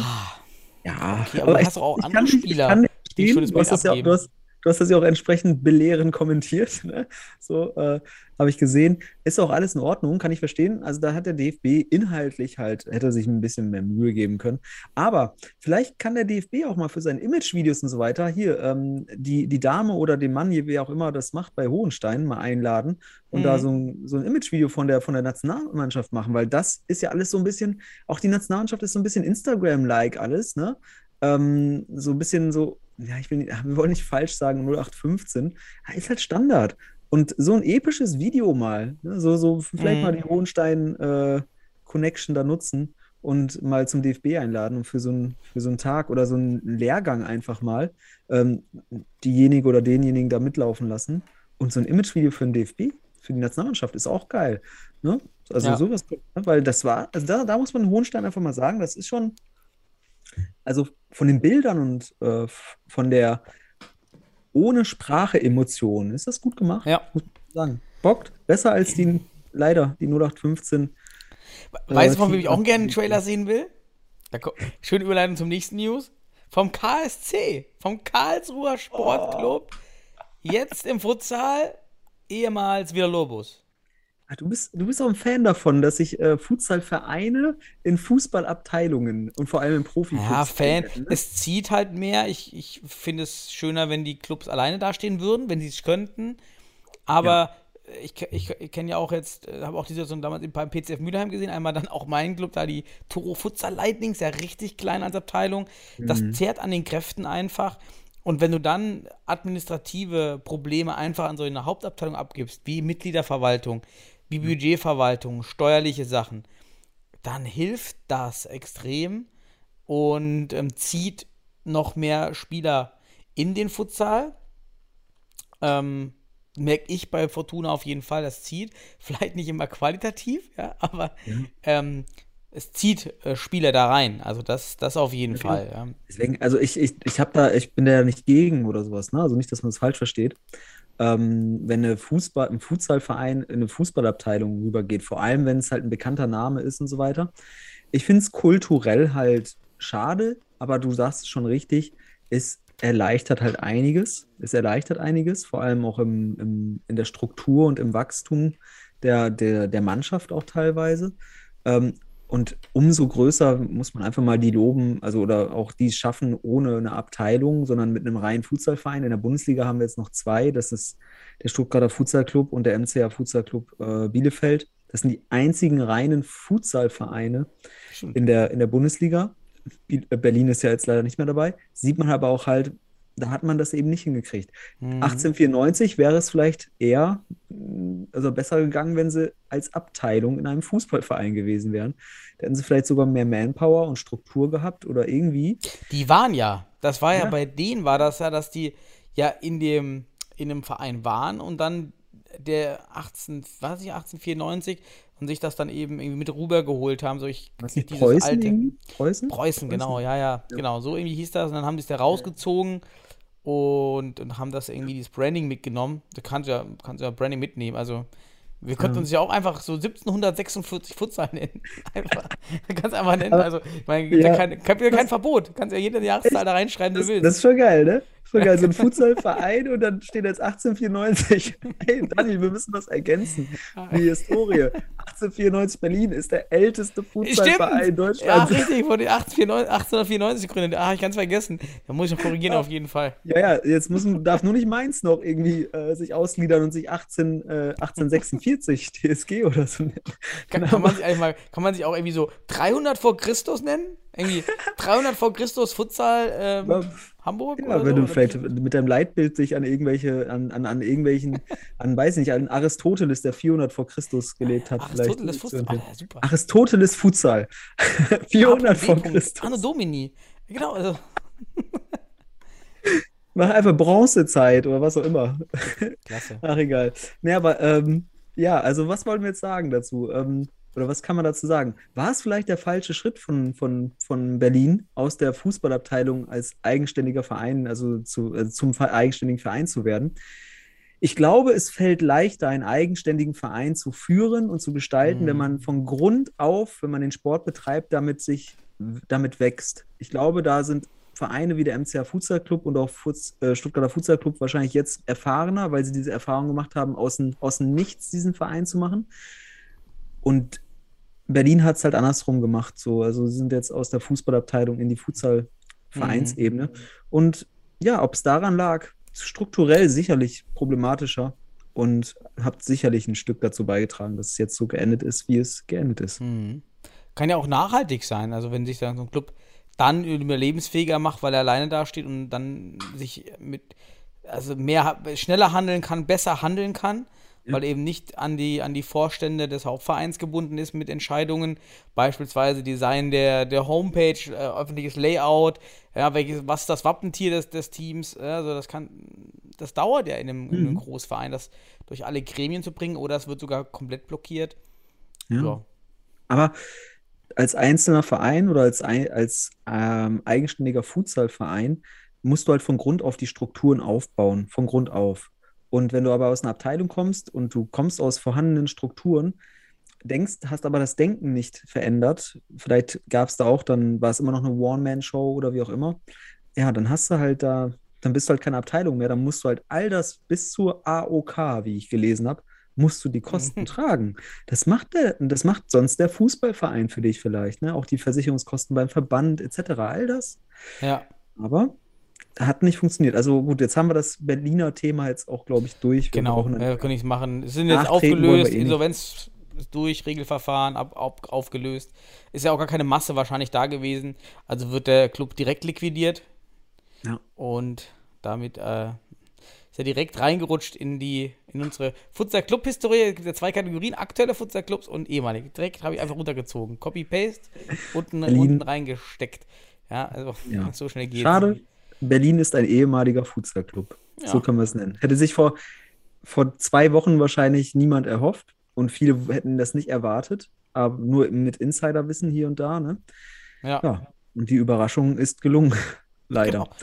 Ja. Okay, aber du hast auch andere Spieler, die schon das Bild abgeben. Du hast das ja auch entsprechend belehrend kommentiert, ne? So, habe ich gesehen. Ist auch alles in Ordnung, kann ich verstehen. Also da hat der DFB inhaltlich hätte sich ein bisschen mehr Mühe geben können. Aber vielleicht kann der DFB auch mal für seine Imagevideos und so weiter die Dame oder den Mann, wer auch immer das macht, bei Hohenstein mal einladen und da so ein Imagevideo von der Nationalmannschaft machen, weil das ist ja alles so ein bisschen, auch die Nationalmannschaft ist so ein bisschen Instagram-like alles, ne? So ein bisschen so, wir wollen nicht falsch sagen, 0815, ist halt Standard. Und so ein episches Video mal, ne? so vielleicht mal die Hohenstein-Connection da nutzen und mal zum DFB einladen und für so einen Tag oder so einen Lehrgang einfach mal diejenige oder denjenigen da mitlaufen lassen. Und so ein Imagevideo für den DFB, für die Nationalmannschaft, ist auch geil. Ne? Also sowas, weil da muss man Hohenstein einfach mal sagen, das ist schon, also von den Bildern und von der ohne Sprache Emotionen ist das gut gemacht, muss man sagen. Bockt besser als die leider die 0815. Weißt du, von wem ich auch gerne einen Trailer sehen will? Schöne Überleitung zum nächsten News. Vom KSC, vom Karlsruher Sportclub. Jetzt im Futsal, ehemals Villalobos. Du bist auch ein Fan davon, dass sich Futsalvereine in Fußballabteilungen und vor allem in Profiklubs. Ja, Fan. trennen, ne? Es zieht halt mehr. Ich finde es schöner, wenn die Clubs alleine dastehen würden, wenn sie es könnten. Aber ich kenne ja auch jetzt, habe auch die Situation damals beim PCF Mülheim gesehen, einmal dann auch meinen Club, da die Toro Futsal Lightnings, ja richtig klein als Abteilung. Das zehrt an den Kräften einfach. Und wenn du dann administrative Probleme einfach an so eine Hauptabteilung abgibst, wie Mitgliederverwaltung, wie Budgetverwaltung, steuerliche Sachen, dann hilft das extrem und zieht noch mehr Spieler in den Futsal. Merke ich bei Fortuna auf jeden Fall, das zieht. Vielleicht nicht immer qualitativ, ja, aber es zieht Spieler da rein. Also das auf jeden Fall. Ja. Deswegen, also ich bin da ja nicht gegen oder sowas, ne? Also nicht, dass man es falsch versteht. Wenn ein Futsalverein in eine Fußballabteilung rübergeht, vor allem wenn es halt ein bekannter Name ist und so weiter. Ich finde es kulturell halt schade, aber du sagst es schon richtig, es erleichtert halt einiges. Es erleichtert einiges, vor allem auch in der Struktur und im Wachstum der Mannschaft auch teilweise. Und umso größer muss man einfach mal die loben, also oder auch die es schaffen ohne eine Abteilung, sondern mit einem reinen Futsalverein. In der Bundesliga haben wir jetzt noch zwei, das ist der Stuttgarter Futsalclub und der MCA Futsalclub Bielefeld. Das sind die einzigen reinen Futsalvereine in der Bundesliga. Berlin ist ja jetzt leider nicht mehr dabei. Sieht man aber auch halt, da hat man das eben nicht hingekriegt. 1894 wäre es vielleicht eher, also besser gegangen, wenn sie als Abteilung in einem Fußballverein gewesen wären. Da hätten sie vielleicht sogar mehr Manpower und Struktur gehabt oder irgendwie. Die waren das war ja bei denen war das ja, dass die ja in einem Verein waren und dann der 1894 und sich das dann eben irgendwie mit rüber geholt haben. So dieses Preußen? Preußen, genau, ja, genau, so irgendwie hieß das. Und dann haben die es da rausgezogen und haben das irgendwie, dieses Branding mitgenommen. Du kannst ja Branding mitnehmen, also wir könnten uns ja auch einfach so 1746 Futsal nennen. Einfach. Du kannst einfach nennen. Also, ich meine, gibt ja kein Verbot. Du kannst ja jede Jahreszahl da reinschreiben, du willst. Das ist schon geil, ne? Schon geil. So ein Futsalverein und dann steht jetzt 1894. Hey, Dani, wir müssen das ergänzen. Die Historie. 1894 Berlin ist der älteste Futsalverein Deutschlands. Ja, richtig, wurde 1894 gegründet. Habe ich ganz vergessen. Da muss ich noch korrigieren, auf jeden Fall. Ja, jetzt darf nur nicht Mainz noch irgendwie sich ausgliedern und sich 1846 TSG oder so nennen. Kann man sich auch irgendwie so 300 vor Christus nennen? Irgendwie 300 vor Christus Futsal Hamburg? Ja, wenn du vielleicht mit deinem Leitbild dich an Aristoteles, der 400 vor Christus gelebt hat. Aristoteles Futsal, super. Aristoteles Futsal. 400 vor Christus. Anno Domini. Genau, also. Mach einfach Bronzezeit oder was auch immer. Klasse. Ach, egal. Nee, aber also was wollen wir jetzt sagen dazu? Oder was kann man dazu sagen? War es vielleicht der falsche Schritt von Berlin aus der Fußballabteilung als eigenständiger Verein, also zum eigenständigen Verein zu werden? Ich glaube, es fällt leichter, einen eigenständigen Verein zu führen und zu gestalten, wenn man von Grund auf, wenn man den Sport betreibt, damit wächst. Ich glaube, da sind Vereine wie der MCA Futsal Club und auch Stuttgarter Futsal Club wahrscheinlich jetzt erfahrener, weil sie diese Erfahrung gemacht haben, aus dem Nichts diesen Verein zu machen. Und Berlin hat es halt andersrum gemacht. So. Also sie sind jetzt aus der Fußballabteilung in die Futsal-Vereinsebene. Und ja, ob es daran lag, strukturell sicherlich problematischer und hat sicherlich ein Stück dazu beigetragen, dass es jetzt so geendet ist, wie es geendet ist. Kann ja auch nachhaltig sein. Also wenn sich dann so ein Club dann überlebensfähiger macht, weil er alleine dasteht und dann sich schneller handeln kann, besser handeln kann. Weil eben nicht an die Vorstände des Hauptvereins gebunden ist mit Entscheidungen, beispielsweise Design der Homepage, öffentliches Layout, ja, was ist das Wappentier des Teams, also das dauert ja in einem Großverein, das durch alle Gremien zu bringen, oder es wird sogar komplett blockiert. Ja. So. Aber als einzelner Verein oder als eigenständiger Futsalverein musst du halt von Grund auf die Strukturen aufbauen, von Grund auf. Und wenn du aber aus einer Abteilung kommst und du kommst aus vorhandenen Strukturen, hast aber das Denken nicht verändert, vielleicht gab es da auch, dann war es immer noch eine One-Man-Show oder wie auch immer, ja, dann hast du halt dann bist du halt keine Abteilung mehr, dann musst du halt all das bis zur AOK, wie ich gelesen habe, musst du die Kosten tragen. Das macht sonst der Fußballverein für dich vielleicht, ne? Auch die Versicherungskosten beim Verband etc., all das. Ja. Aber hat nicht funktioniert. Also gut, jetzt haben wir das Berliner Thema jetzt auch, glaube ich, durch. Wir Genau, brauchen dann- können nichts machen. Es sind jetzt Nachtreten wollen wir aufgelöst, eh nicht. Insolvenz ist durch, Regelverfahren aufgelöst. Ist ja auch gar keine Masse wahrscheinlich da gewesen. Also wird der Club direkt liquidiert. Ja. Und damit ist er direkt reingerutscht in unsere Futsal-Club-Historie. Es gibt ja 2 Kategorien, aktuelle Futsal-Clubs und ehemalige. Direkt habe ich einfach runtergezogen. Copy-Paste, unten reingesteckt. Ja, also Ja. so schnell geht's. Schade, Berlin ist ein ehemaliger Fußballclub. Ja. So können wir es nennen. Hätte sich vor 2 Wochen wahrscheinlich niemand erhofft und viele hätten das nicht erwartet, aber nur mit Insiderwissen hier und da, ne? Ja. Ja, und die Überraschung ist gelungen. Leider. Genau.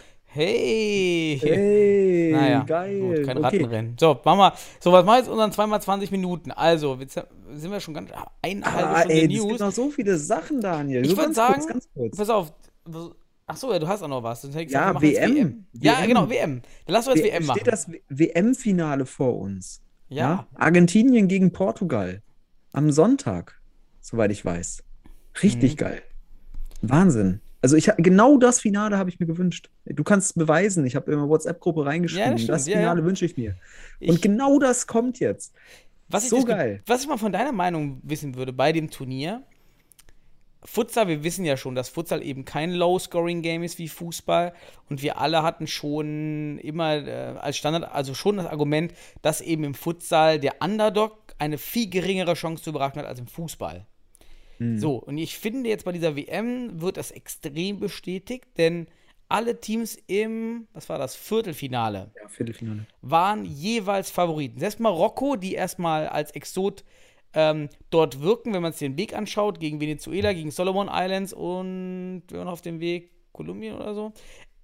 Hey! Hey, Naja, geil. gut, kein Okay. Rattenrennen. So, machen wir. So, was machen wir jetzt unseren 2x20 Minuten? Also, jetzt sind wir schon ganz eine halbe Stunde Ey, es News. gibt noch so viele Sachen, Daniel. Ich So würde ganz sagen, kurz, ganz kurz. pass auf. Achso, ja, du hast auch noch was. Sonst hätte ich Ja, gesagt, wir machen jetzt WM. Ja, WM. genau, WM. Dann lass uns jetzt WM machen. Steht das WM-Finale vor uns? Ja. Argentinien gegen Portugal. Am Sonntag, soweit ich weiß. Richtig geil. Wahnsinn. Also genau das Finale habe ich mir gewünscht. Du kannst es beweisen. Ich habe in eine WhatsApp-Gruppe reingeschrieben. Ja, das stimmt. Das Ja, Finale ja. wünsche ich mir. Ich- Und genau das kommt jetzt. So geil. Was ich mal von deiner Meinung wissen würde bei dem Turnier, Futsal, wir wissen ja schon, dass Futsal eben kein Low-Scoring-Game ist wie Fußball und wir alle hatten schon immer als Standard, also schon das Argument, dass eben im Futsal der Underdog eine viel geringere Chance zu überraschen hat als im Fußball. So, und ich finde jetzt bei dieser WM wird das extrem bestätigt, denn alle Teams was war das, Viertelfinale, Ja, Viertelfinale. waren jeweils Favoriten. Selbst Marokko, die erstmal als Exot dort wirken, wenn man sich den Weg anschaut, gegen Venezuela, gegen Solomon Islands und wir waren auf dem Weg Kolumbien oder so,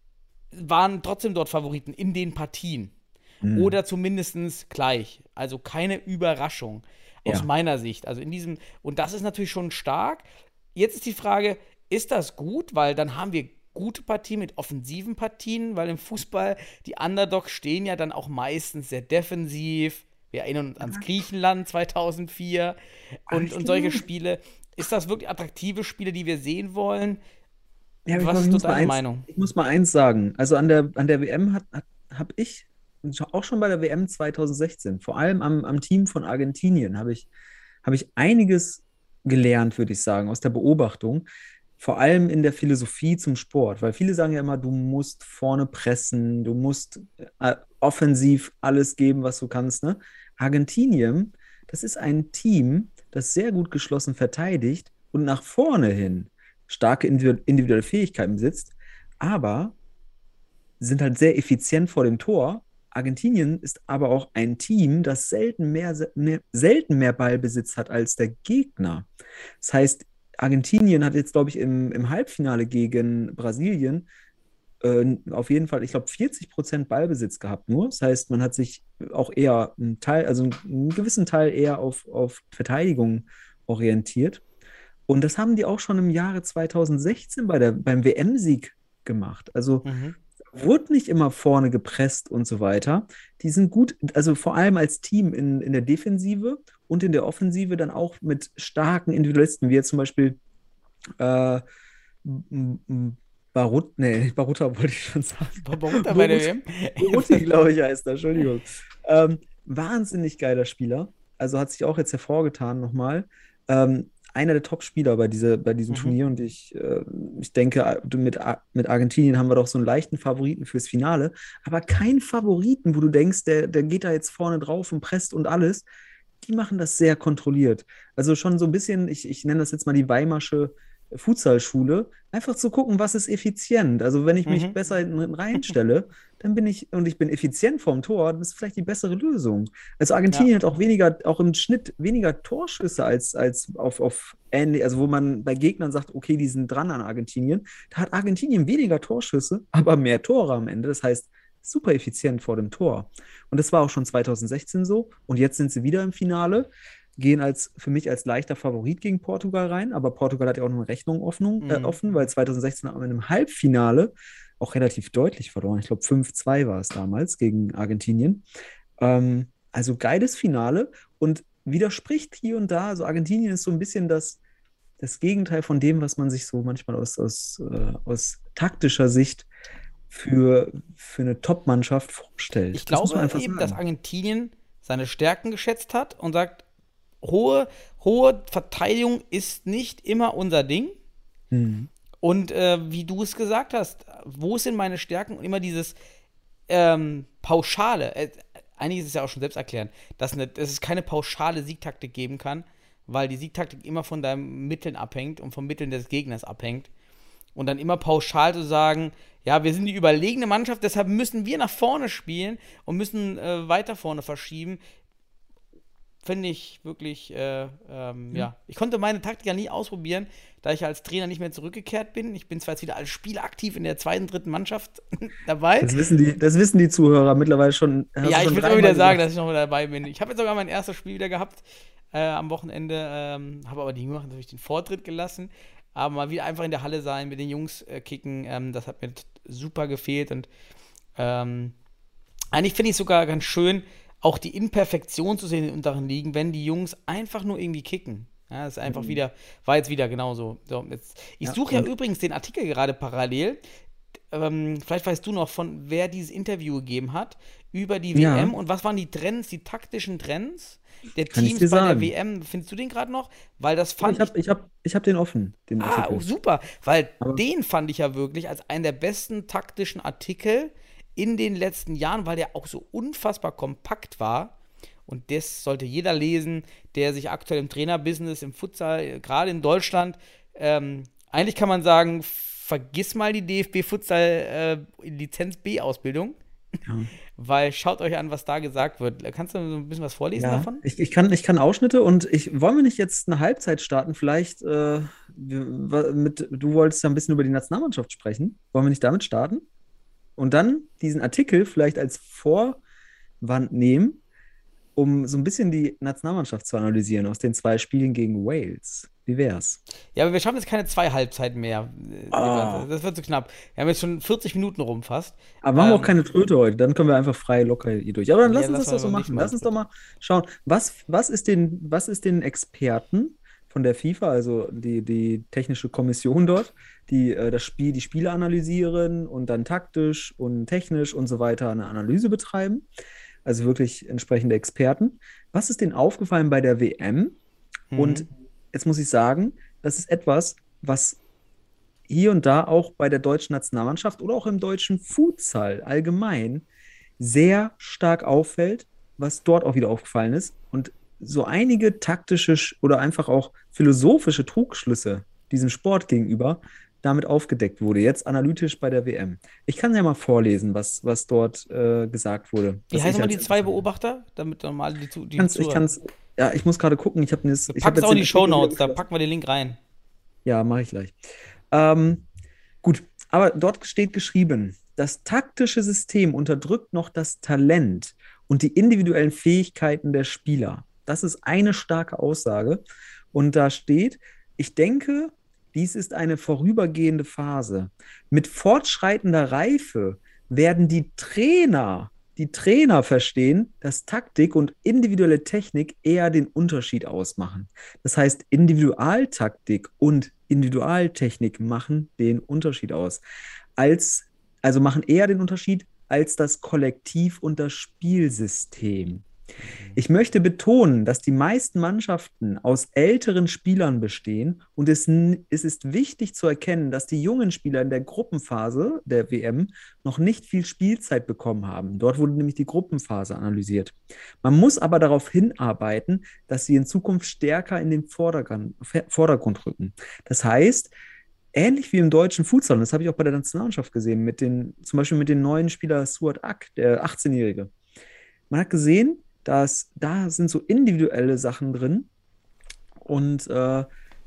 waren trotzdem dort Favoriten in den Partien. Oder zumindest gleich. Also keine Überraschung aus Ja. meiner Sicht. Also und das ist natürlich schon stark. Jetzt ist die Frage, ist das gut? Weil dann haben wir gute Partien mit offensiven Partien, weil im Fußball die Underdogs stehen ja dann auch meistens sehr defensiv. Wir erinnern uns ans Griechenland 2004 und solche Spiele. Ist das wirklich attraktive Spiele, die wir sehen wollen? Ja, aber Was ich ist muss deine mal Meinung? Ich muss mal eins sagen. Also an der WM habe ich, auch schon bei der WM 2016, vor allem am Team von Argentinien, habe ich einiges gelernt, würde ich sagen, aus der Beobachtung. Vor allem in der Philosophie zum Sport. Weil viele sagen ja immer, du musst vorne pressen, du musst offensiv alles geben, was du kannst. Ne? Argentinien, das ist ein Team, das sehr gut geschlossen verteidigt und nach vorne hin starke individuelle Fähigkeiten besitzt, aber sind halt sehr effizient vor dem Tor. Argentinien ist aber auch ein Team, das selten mehr Ballbesitz hat als der Gegner. Das heißt, Argentinien hat jetzt, glaube ich, im Halbfinale gegen Brasilien auf jeden Fall, ich glaube, 40% Ballbesitz gehabt nur. Das heißt, man hat sich auch eher einen gewissen Teil eher auf Verteidigung orientiert. Und das haben die auch schon im Jahre 2016 beim WM-Sieg gemacht. Also wurde nicht immer vorne gepresst und so weiter. Die sind gut, also vor allem als Team in der Defensive und in der Offensive dann auch mit starken Individualisten, wie jetzt zum Beispiel Baruta wollte ich schon sagen. Baruta bei der WM? Baruti, glaube ich, heißt er, Entschuldigung. Wahnsinnig geiler Spieler. Also hat sich auch jetzt hervorgetan nochmal. Einer der Top-Spieler bei diesem Turnier und ich denke, mit Argentinien haben wir doch so einen leichten Favoriten fürs Finale, aber keinen Favoriten, wo du denkst, der geht da jetzt vorne drauf und presst und alles. Die machen das sehr kontrolliert. Also schon so ein bisschen, ich nenne das jetzt mal die Weimarsche Futsalschule, einfach zu gucken, was ist effizient. Also wenn ich mich besser hinten reinstelle, dann bin ich effizient vorm Tor, das ist vielleicht die bessere Lösung. Also Argentinien hat auch im Schnitt weniger Torschüsse als auf ähnlich, also wo man bei Gegnern sagt, okay, die sind dran an Argentinien. Da hat Argentinien weniger Torschüsse, aber mehr Tore am Ende. Das heißt, super effizient vor dem Tor. Und das war auch schon 2016 so. Und jetzt sind sie wieder im Finale, gehen für mich als leichter Favorit gegen Portugal rein. Aber Portugal hat ja auch noch eine Rechnung offen, weil 2016 haben wir in einem Halbfinale auch relativ deutlich verloren. Ich glaube, 5-2 war es damals gegen Argentinien. Also geiles Finale und widerspricht hier und da. Also Argentinien ist so ein bisschen das Gegenteil von dem, was man sich so manchmal aus taktischer Sicht für eine Top-Mannschaft vorstellt. Ich glaube eben, dass Argentinien seine Stärken geschätzt hat und sagt, hohe Verteidigung ist nicht immer unser Ding. Und wie du es gesagt hast, wo sind meine Stärken? Und immer dieses Pauschale. Eigentlich ist es ja auch schon selbsterklärend, dass es keine pauschale Siegtaktik geben kann, weil die Siegtaktik immer von deinen Mitteln abhängt und vom Mitteln des Gegners abhängt. Und dann immer pauschal zu sagen, ja, wir sind die überlegene Mannschaft, deshalb müssen wir nach vorne spielen und müssen weiter vorne verschieben, finde ich wirklich, ja. Ich konnte meine Taktik ja nie ausprobieren, da ich als Trainer nicht mehr zurückgekehrt bin. Ich bin zwar jetzt wieder als Spieler aktiv in der 2., 3. Mannschaft dabei. Das wissen die Zuhörer mittlerweile schon. Ja, ich würde immer wieder sagen, dass ich noch mal dabei bin. Ich habe jetzt sogar mein erstes Spiel wieder gehabt am Wochenende, habe aber die Jungen natürlich den Vortritt gelassen. Aber mal wieder einfach in der Halle sein, mit den Jungs kicken, das hat mir super gefehlt. Und eigentlich finde ich es sogar ganz schön, auch die Imperfektion zu sehen in den unteren Ligen, wenn die Jungs einfach nur irgendwie kicken. Ja, das ist einfach war jetzt wieder genauso. So, ich suche ja übrigens den Artikel gerade parallel. Vielleicht weißt du noch, wer dieses Interview gegeben hat über die WM und was waren die Trends, die taktischen Trends der Teams bei der WM. Findest du den gerade noch? Weil das fand ich hab den offen, den Artikel. Oh, super, weil den fand ich ja wirklich als einen der besten taktischen Artikel in den letzten Jahren, weil der auch so unfassbar kompakt war. Und das sollte jeder lesen, der sich aktuell im Trainerbusiness, im Futsal, gerade in Deutschland, eigentlich kann man sagen, vergiss mal die DFB-Futsal-Lizenz-B-Ausbildung. Ja. Weil schaut euch an, was da gesagt wird. Kannst du so ein bisschen was vorlesen davon? Ich kann Ausschnitte und wollen wir nicht jetzt eine Halbzeit starten? Vielleicht, du wolltest ja ein bisschen über die Nationalmannschaft sprechen. Wollen wir nicht damit starten? Und dann diesen Artikel vielleicht als Vorwand nehmen, um so ein bisschen die Nationalmannschaft zu analysieren aus den 2 Spielen gegen Wales. Wie wär's? Ja, aber wir schaffen jetzt keine 2 Halbzeiten mehr. Das wird zu knapp. Wir haben jetzt schon 40 Minuten rum fast. Aber machen wir auch keine Tröte heute. Dann können wir einfach frei locker hier durch. Aber dann lass uns das doch so machen. Lass uns doch mal schauen. Was ist den Experten von der FIFA, also die technische Kommission dort, die die Spiele analysieren und dann taktisch und technisch und so weiter eine Analyse betreiben? Also wirklich entsprechende Experten. Was ist denen aufgefallen bei der WM? Und jetzt muss ich sagen, das ist etwas, was hier und da auch bei der deutschen Nationalmannschaft oder auch im deutschen Futsal allgemein sehr stark auffällt, was dort auch wieder aufgefallen ist. Und so einige taktische oder einfach auch philosophische Trugschlüsse diesem Sport gegenüber damit aufgedeckt wurde, jetzt analytisch bei der WM. Ich kann ja mal vorlesen, was dort gesagt wurde. Wie heißen die 2 Beobachter? Damit normal ich muss gerade gucken. Ich habe es auch in die Shownotes, da packen wir den Link rein. Ja, mache ich gleich. Gut, aber dort steht geschrieben, das taktische System unterdrückt noch das Talent und die individuellen Fähigkeiten der Spieler. Das ist eine starke Aussage. Und da steht, ich denke, dies ist eine vorübergehende Phase. Mit fortschreitender Reife werden die Trainer verstehen, dass Taktik und individuelle Technik eher den Unterschied ausmachen. Das heißt, Individualtaktik und Individualtechnik machen den Unterschied aus. Also machen eher den Unterschied als das Kollektiv und das Spielsystem. Ich möchte betonen, dass die meisten Mannschaften aus älteren Spielern bestehen und es ist wichtig zu erkennen, dass die jungen Spieler in der Gruppenphase der WM noch nicht viel Spielzeit bekommen haben. Dort wurde nämlich die Gruppenphase analysiert. Man muss aber darauf hinarbeiten, dass sie in Zukunft stärker in den Vordergrund rücken. Das heißt, ähnlich wie im deutschen Futsal, und das habe ich auch bei der Nationalmannschaft gesehen, zum Beispiel mit dem neuen Spieler Suat Ak, der 18-Jährige. Man hat gesehen, dass da sind so individuelle Sachen drin und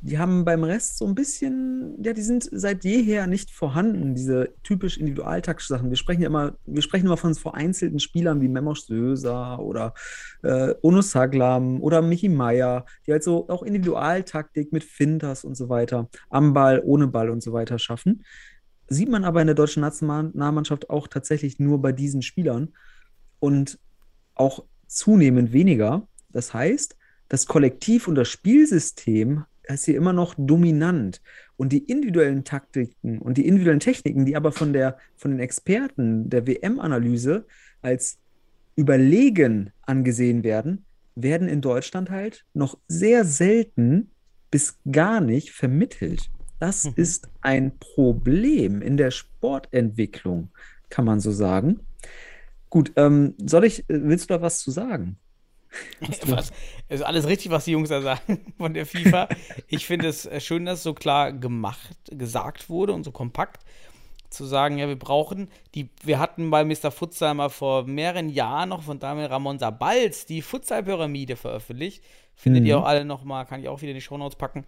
die haben beim Rest so ein bisschen, ja, die sind seit jeher nicht vorhanden, diese typisch individualtaktischen Sachen. Wir sprechen immer von vereinzelten Spielern wie Memoš Sösa oder Ono Saglam oder Michi Meier, die halt so auch Individualtaktik mit Finters und so weiter, am Ball, ohne Ball und so weiter schaffen. Sieht man aber in der deutschen Nationalmannschaft auch tatsächlich nur bei diesen Spielern und auch zunehmend weniger. Das heißt, das Kollektiv und das Spielsystem ist hier immer noch dominant. Und die individuellen Taktiken und die individuellen Techniken, die aber von den Experten der WM-Analyse als überlegen angesehen werden, werden in Deutschland halt noch sehr selten bis gar nicht vermittelt. Das ist ein Problem in der Sportentwicklung, kann man so sagen. Gut, willst du da was zu sagen? Es ist alles richtig, was die Jungs da sagen von der FIFA. Ich finde es schön, dass so klar gesagt wurde und so kompakt zu sagen, ja, wir hatten bei Mr. Futsal mal vor mehreren Jahren noch von Daniel Ramon Sabalz die Futsal-Pyramide veröffentlicht. Findet ihr auch alle nochmal, kann ich auch wieder in die Shownotes packen.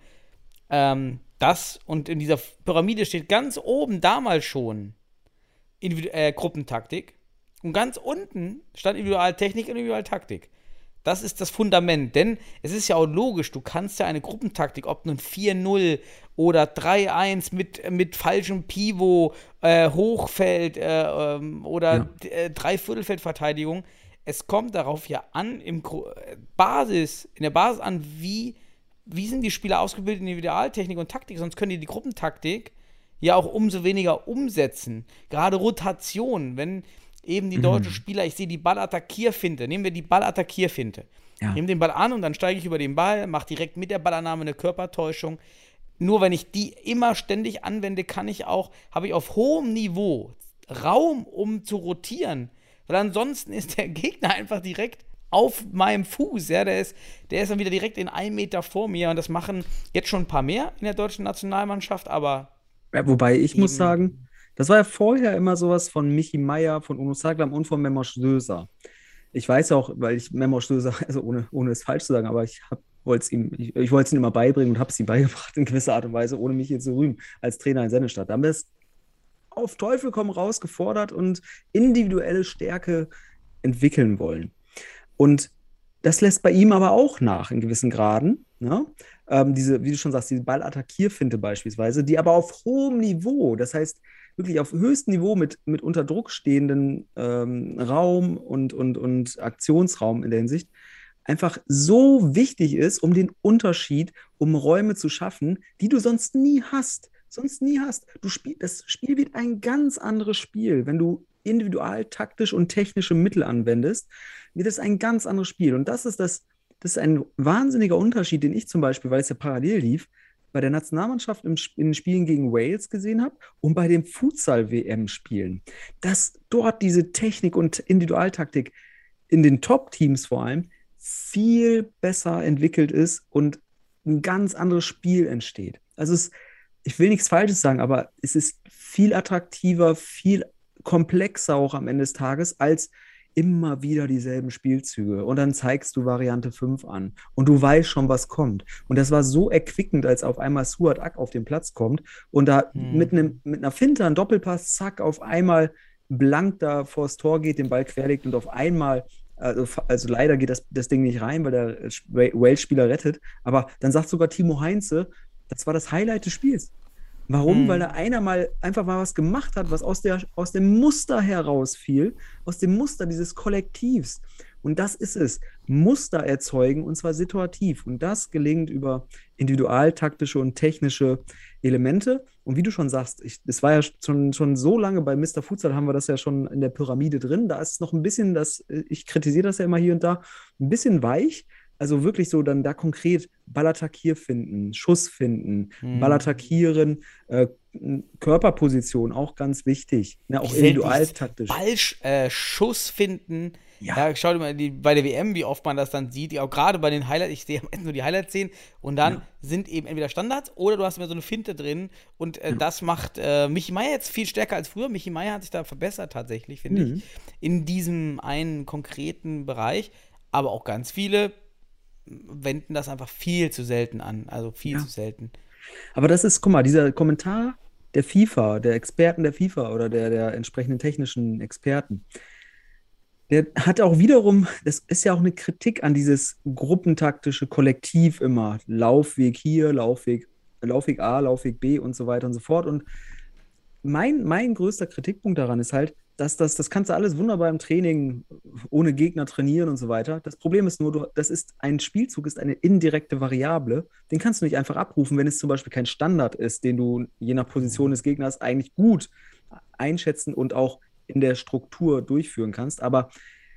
Und in dieser Pyramide steht ganz oben damals schon Gruppentaktik und ganz unten stand Individualtechnik und Individualtaktik. Das ist das Fundament, denn es ist ja auch logisch, du kannst ja eine Gruppentaktik, ob nun 4-0 oder 3-1 mit falschem Pivot, Hochfeld oder Dreiviertelfeldverteidigung. Es kommt darauf ja an, in der Basis an, wie sind die Spieler ausgebildet in Individualtechnik und Taktik, sonst können die Gruppentaktik ja auch umso weniger umsetzen. Gerade Rotation, wenn eben die deutschen Spieler, ich sehe die Ballattackierfinte, nehmen wir die Ballattackierfinte. Ja. Nehme den Ball an und dann steige ich über den Ball, mache direkt mit der Ballannahme eine Körpertäuschung. Nur wenn ich die immer ständig anwende, habe ich auf hohem Niveau Raum, um zu rotieren. Weil ansonsten ist der Gegner einfach direkt auf meinem Fuß. Ja? Der ist dann wieder direkt in 1 Meter vor mir. Und das machen jetzt schon ein paar mehr in der deutschen Nationalmannschaft, aber. Ja, wobei ich muss sagen, das war ja vorher immer sowas von Michi Meier, von Ono Saglam und von Memoš Sösa. Ich weiß auch, weil ich Memoš Sösa, also ohne es falsch zu sagen, aber ich wollte es ihm immer beibringen und habe es ihm beigebracht in gewisser Art und Weise, ohne mich hier zu rühmen, als Trainer in Sennestadt. Da haben wir es auf Teufel komm raus gefordert und individuelle Stärke entwickeln wollen. Und das lässt bei ihm aber auch nach in gewissen Graden. Ne? Wie du schon sagst, diese Ballattackierfinte beispielsweise, die aber auf hohem Niveau, das heißt wirklich auf höchstem Niveau mit unter Druck stehenden Raum und Aktionsraum in der Hinsicht, einfach so wichtig ist, um den Unterschied, um Räume zu schaffen, die du sonst nie hast. Das Spiel wird ein ganz anderes Spiel. Wenn du individual, taktisch und technische Mittel anwendest, wird es ein ganz anderes Spiel. Und das ist ein wahnsinniger Unterschied, den ich zum Beispiel, weil es ja parallel lief, bei der Nationalmannschaft in den Spielen gegen Wales gesehen habe und bei den Futsal-WM-Spielen. Dass dort diese Technik und Individualtaktik in den Top-Teams vor allem viel besser entwickelt ist und ein ganz anderes Spiel entsteht. Also ich will nichts Falsches sagen, aber es ist viel attraktiver, viel komplexer auch am Ende des Tages als immer wieder dieselben Spielzüge. Und dann zeigst du Variante 5 an und du weißt schon, was kommt. Und das war so erquickend, als auf einmal Suat Ak auf den Platz kommt und da mit einer Finte, ein Doppelpass, zack, auf einmal blank da vors Tor geht, den Ball querlegt und auf einmal, also leider geht das Ding nicht rein, weil der Wales-Spieler rettet, aber dann sagt sogar Timo Heinze, das war das Highlight des Spiels. Warum? Weil da einer einfach mal was gemacht hat, was aus dem Muster herausfiel, aus dem Muster dieses Kollektivs. Und das ist es. Muster erzeugen, und zwar situativ. Und das gelingt über individualtaktische und technische Elemente. Und wie du schon sagst, es war ja schon so lange bei Mr. Futsal, haben wir das ja schon in der Pyramide drin. Da ist noch ein bisschen, ich kritisiere das ja immer hier und da, ein bisschen weich. Also wirklich so dann da konkret Ballattackir finden, Schuss finden, Ballattackieren, Körperposition, auch ganz wichtig. Ne, auch individualtaktisch. Schuss finden. Ja, schau dir mal bei der WM, wie oft man das dann sieht. Ja, auch gerade bei den Highlights, ich sehe am Ende nur die Highlights sehen und dann sind eben entweder Standards oder du hast immer so eine Finte drin und das macht Michi Meier jetzt viel stärker als früher. Michi Meier hat sich da verbessert tatsächlich, finde ich, in diesem einen konkreten Bereich. Aber auch ganz viele wenden das einfach viel zu selten an. Also viel zu selten. Aber das ist, guck mal, dieser Kommentar der FIFA, der Experten der FIFA oder der entsprechenden technischen Experten, der hat auch wiederum, das ist ja auch eine Kritik an dieses gruppentaktische Kollektiv immer. Laufweg hier, Laufweg A, Laufweg B und so weiter und so fort. Und mein größter Kritikpunkt daran ist halt, dass das kannst du alles wunderbar im Training ohne Gegner trainieren und so weiter. Das Problem ist nur, das ist ein Spielzug, ist eine indirekte Variable. Den kannst du nicht einfach abrufen, wenn es zum Beispiel kein Standard ist, den du je nach Position des Gegners eigentlich gut einschätzen und auch in der Struktur durchführen kannst. Aber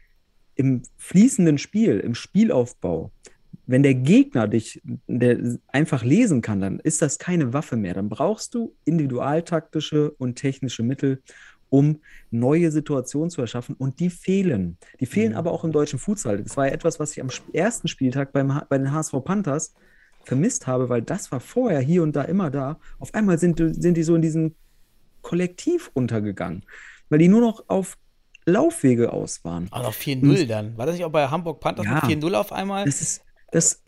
im fließenden Spiel, im Spielaufbau, wenn der Gegner dich einfach lesen kann, dann ist das keine Waffe mehr. Dann brauchst du individualtaktische und technische Mittel, um neue Situationen zu erschaffen. Und die fehlen. Die fehlen aber auch im deutschen Futsal. Das war ja etwas, was ich am ersten Spieltag bei den HSV Panthers vermisst habe, weil das war vorher hier und da immer da. Auf einmal sind die so in diesem Kollektiv untergegangen, weil die nur noch auf Laufwege aus waren. Aber noch 4-0 dann. War das nicht auch bei Hamburg Panthers mit 4-0 auf einmal? Das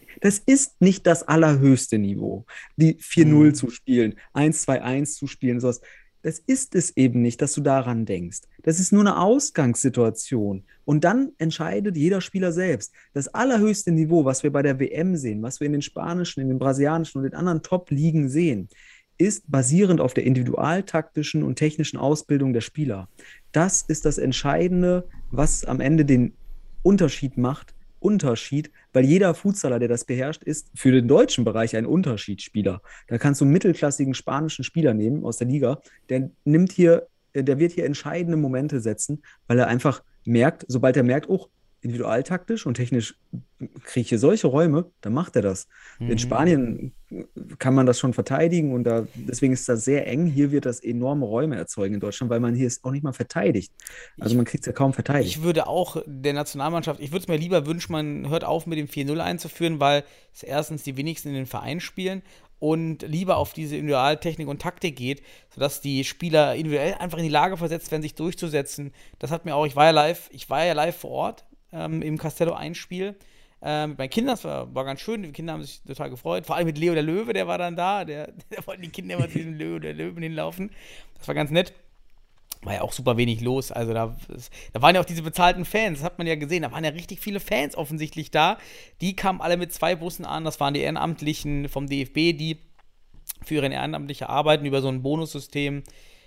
ist nicht das allerhöchste Niveau, die 4-0 zu spielen, 1-2-1 zu spielen, sowas. Das ist es eben nicht, dass du daran denkst. Das ist nur eine Ausgangssituation. Und dann entscheidet jeder Spieler selbst. Das allerhöchste Niveau, was wir bei der WM sehen, was wir in den spanischen, in den brasilianischen und den anderen Top-Ligen sehen, ist basierend auf der individualtaktischen und technischen Ausbildung der Spieler. Das ist das Entscheidende, was am Ende den Unterschied macht. Weil jeder Futsaler, der das beherrscht, ist für den deutschen Bereich ein Unterschiedsspieler. Da kannst du einen mittelklassigen spanischen Spieler nehmen aus der Liga, der wird hier entscheidende Momente setzen, weil er einfach merkt, sobald er merkt, oh, individualtaktisch und technisch kriege ich hier solche Räume, dann macht er das. In Spanien kann man das schon verteidigen und deswegen ist das sehr eng. Hier wird das enorme Räume erzeugen in Deutschland, weil man hier ist auch nicht mal verteidigt. Also man kriegt es ja kaum verteidigt. Ich würde auch der Nationalmannschaft, ich würde es mir lieber wünschen, man hört auf mit dem 4-0 einzuführen, weil es erstens die wenigsten in den Verein spielen und lieber auf diese Individualtechnik und Taktik geht, sodass die Spieler individuell einfach in die Lage versetzt werden, sich durchzusetzen. Das hat mir auch, ich war ja live vor Ort im Castello-Einspiel mit meinen Kindern, das war ganz schön, die Kinder haben sich total gefreut, vor allem mit Leo der Löwe, der war dann da, der wollten die Kinder immer zu diesem Leo der Löwen hinlaufen, das war ganz nett. War ja auch super wenig los, also da waren ja auch diese bezahlten Fans, das hat man ja gesehen, da waren ja richtig viele Fans offensichtlich da, die kamen alle mit 2 Bussen an, das waren die Ehrenamtlichen vom DFB, die für ihre ehrenamtliche Arbeiten über so ein Bonussystem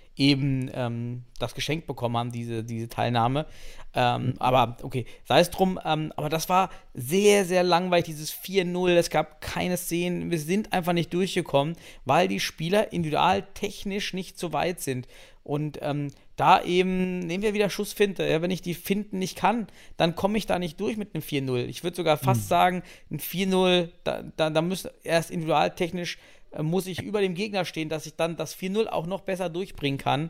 eben das geschenkt bekommen haben, diese Teilnahme. Aber okay, sei es drum. Aber das war sehr, sehr langweilig, dieses 4-0. Es gab keine Szenen. Wir sind einfach nicht durchgekommen, weil die Spieler individualtechnisch nicht so weit sind. Und da eben nehmen wir wieder Schussfinte. Ja, wenn ich die Finden nicht kann, dann komme ich da nicht durch mit einem 4-0. Ich würde sogar fast sagen, ein 4-0, da müsste erst individualtechnisch muss ich über dem Gegner stehen, dass ich dann das 4-0 auch noch besser durchbringen kann.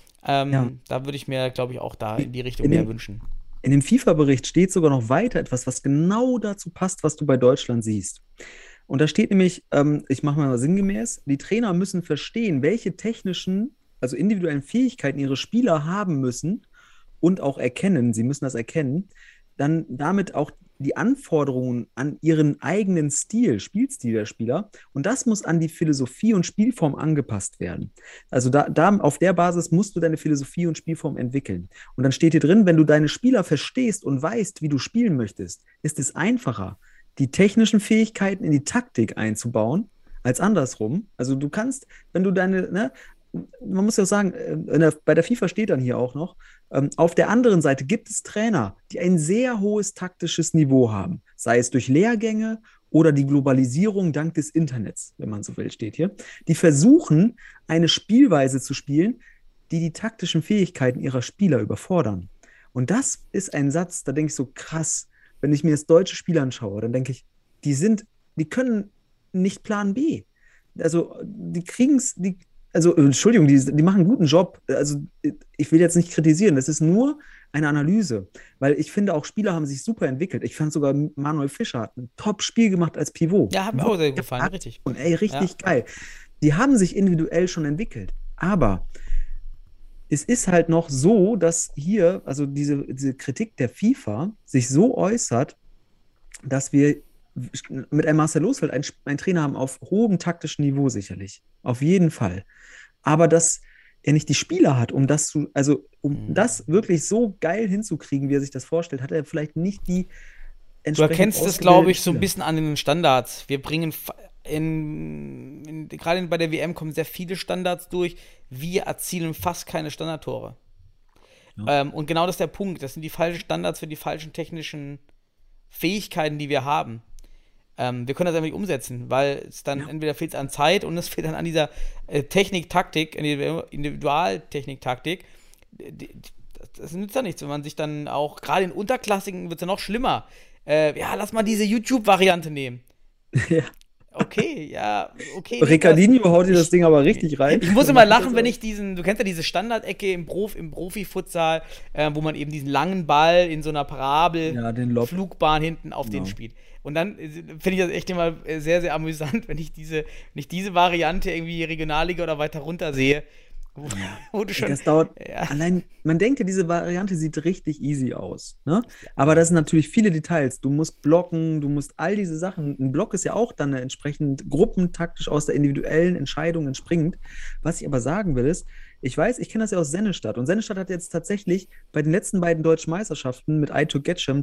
Da würde ich mir, glaube ich, auch da in die Richtung mehr wünschen. In dem FIFA-Bericht steht sogar noch weiter etwas, was genau dazu passt, was du bei Deutschland siehst. Und da steht nämlich, ich mache mal sinngemäß, die Trainer müssen verstehen, welche technischen, also individuellen Fähigkeiten ihre Spieler haben müssen und auch erkennen, sie müssen das erkennen, dann damit auch die Anforderungen an ihren eigenen Spielstil der Spieler, und das muss an die Philosophie und Spielform angepasst werden. Also da auf der Basis musst du deine Philosophie und Spielform entwickeln. Und dann steht hier drin, wenn du deine Spieler verstehst und weißt, wie du spielen möchtest, ist es einfacher, die technischen Fähigkeiten in die Taktik einzubauen, als andersrum. Also du kannst, wenn du man muss ja auch sagen, bei der FIFA steht dann hier auch noch, auf der anderen Seite gibt es Trainer, die ein sehr hohes taktisches Niveau haben, sei es durch Lehrgänge oder die Globalisierung dank des Internets, wenn man so will, steht hier. Die versuchen, eine Spielweise zu spielen, die taktischen Fähigkeiten ihrer Spieler überfordern. Und das ist ein Satz, da denke ich so krass, wenn ich mir das deutsche Spiel anschaue, dann denke ich, die können nicht Plan B. Also die kriegen es, Entschuldigung, die machen einen guten Job. Also ich will jetzt nicht kritisieren, das ist nur eine Analyse, weil ich finde, auch Spieler haben sich super entwickelt. Ich fand sogar, Manuel Fischer hat ein Top-Spiel gemacht als Pivot. Ja, hat mir auch sehr gefallen, richtig. Und richtig geil. Die haben sich individuell schon entwickelt. Aber es ist halt noch so, dass hier, also diese Kritik der FIFA sich so äußert, dass wir mit einem Marcel Losfeld einen Trainer haben auf hohem taktischen Niveau sicherlich. Auf jeden Fall. Aber dass er nicht die Spieler hat, um das das wirklich so geil hinzukriegen, wie er sich das vorstellt, hat er vielleicht nicht die Du entsprechend erkennst es, ausgebildeten glaube ich, so ein Spieler. bisschen an den Standards. Wir bringen gerade bei der WM kommen sehr viele Standards durch. Wir erzielen fast keine Standardtore. Ja. Und genau das ist der Punkt. Das sind die falschen Standards für die falschen technischen Fähigkeiten, die wir haben. Wir können das einfach nicht umsetzen, weil es dann entweder fehlt es an Zeit und es fehlt dann an dieser Technik-Taktik, Individualtechnik-Taktik. Das nützt ja nichts, wenn man sich dann auch, gerade in Unterklassigen wird es ja noch schlimmer. Lass mal diese YouTube-Variante nehmen. Ja. Okay. Ricardinho haut dir das Ding aber richtig rein. Ich muss immer lachen, wenn ich du kennst ja diese Standardecke im Profifutsal, wo man eben diesen langen Ball in so einer den Lob. Flugbahn hinten auf den spielt. Und dann finde ich das echt immer sehr, sehr amüsant, wenn ich diese Variante irgendwie Regionalliga oder weiter runter sehe. Wo du schon, Das dauert, allein, man denkt ja, diese Variante sieht richtig easy aus, ne? Aber das sind natürlich viele Details. Du musst blocken, du musst all diese Sachen. Ein Block ist ja auch dann entsprechend gruppentaktisch aus der individuellen Entscheidung entspringend. Was ich aber sagen will, ist, ich kenne das ja aus Sennestadt. Und Sennestadt hat jetzt tatsächlich bei den letzten beiden deutschen Meisterschaften mit Aytuk Getschem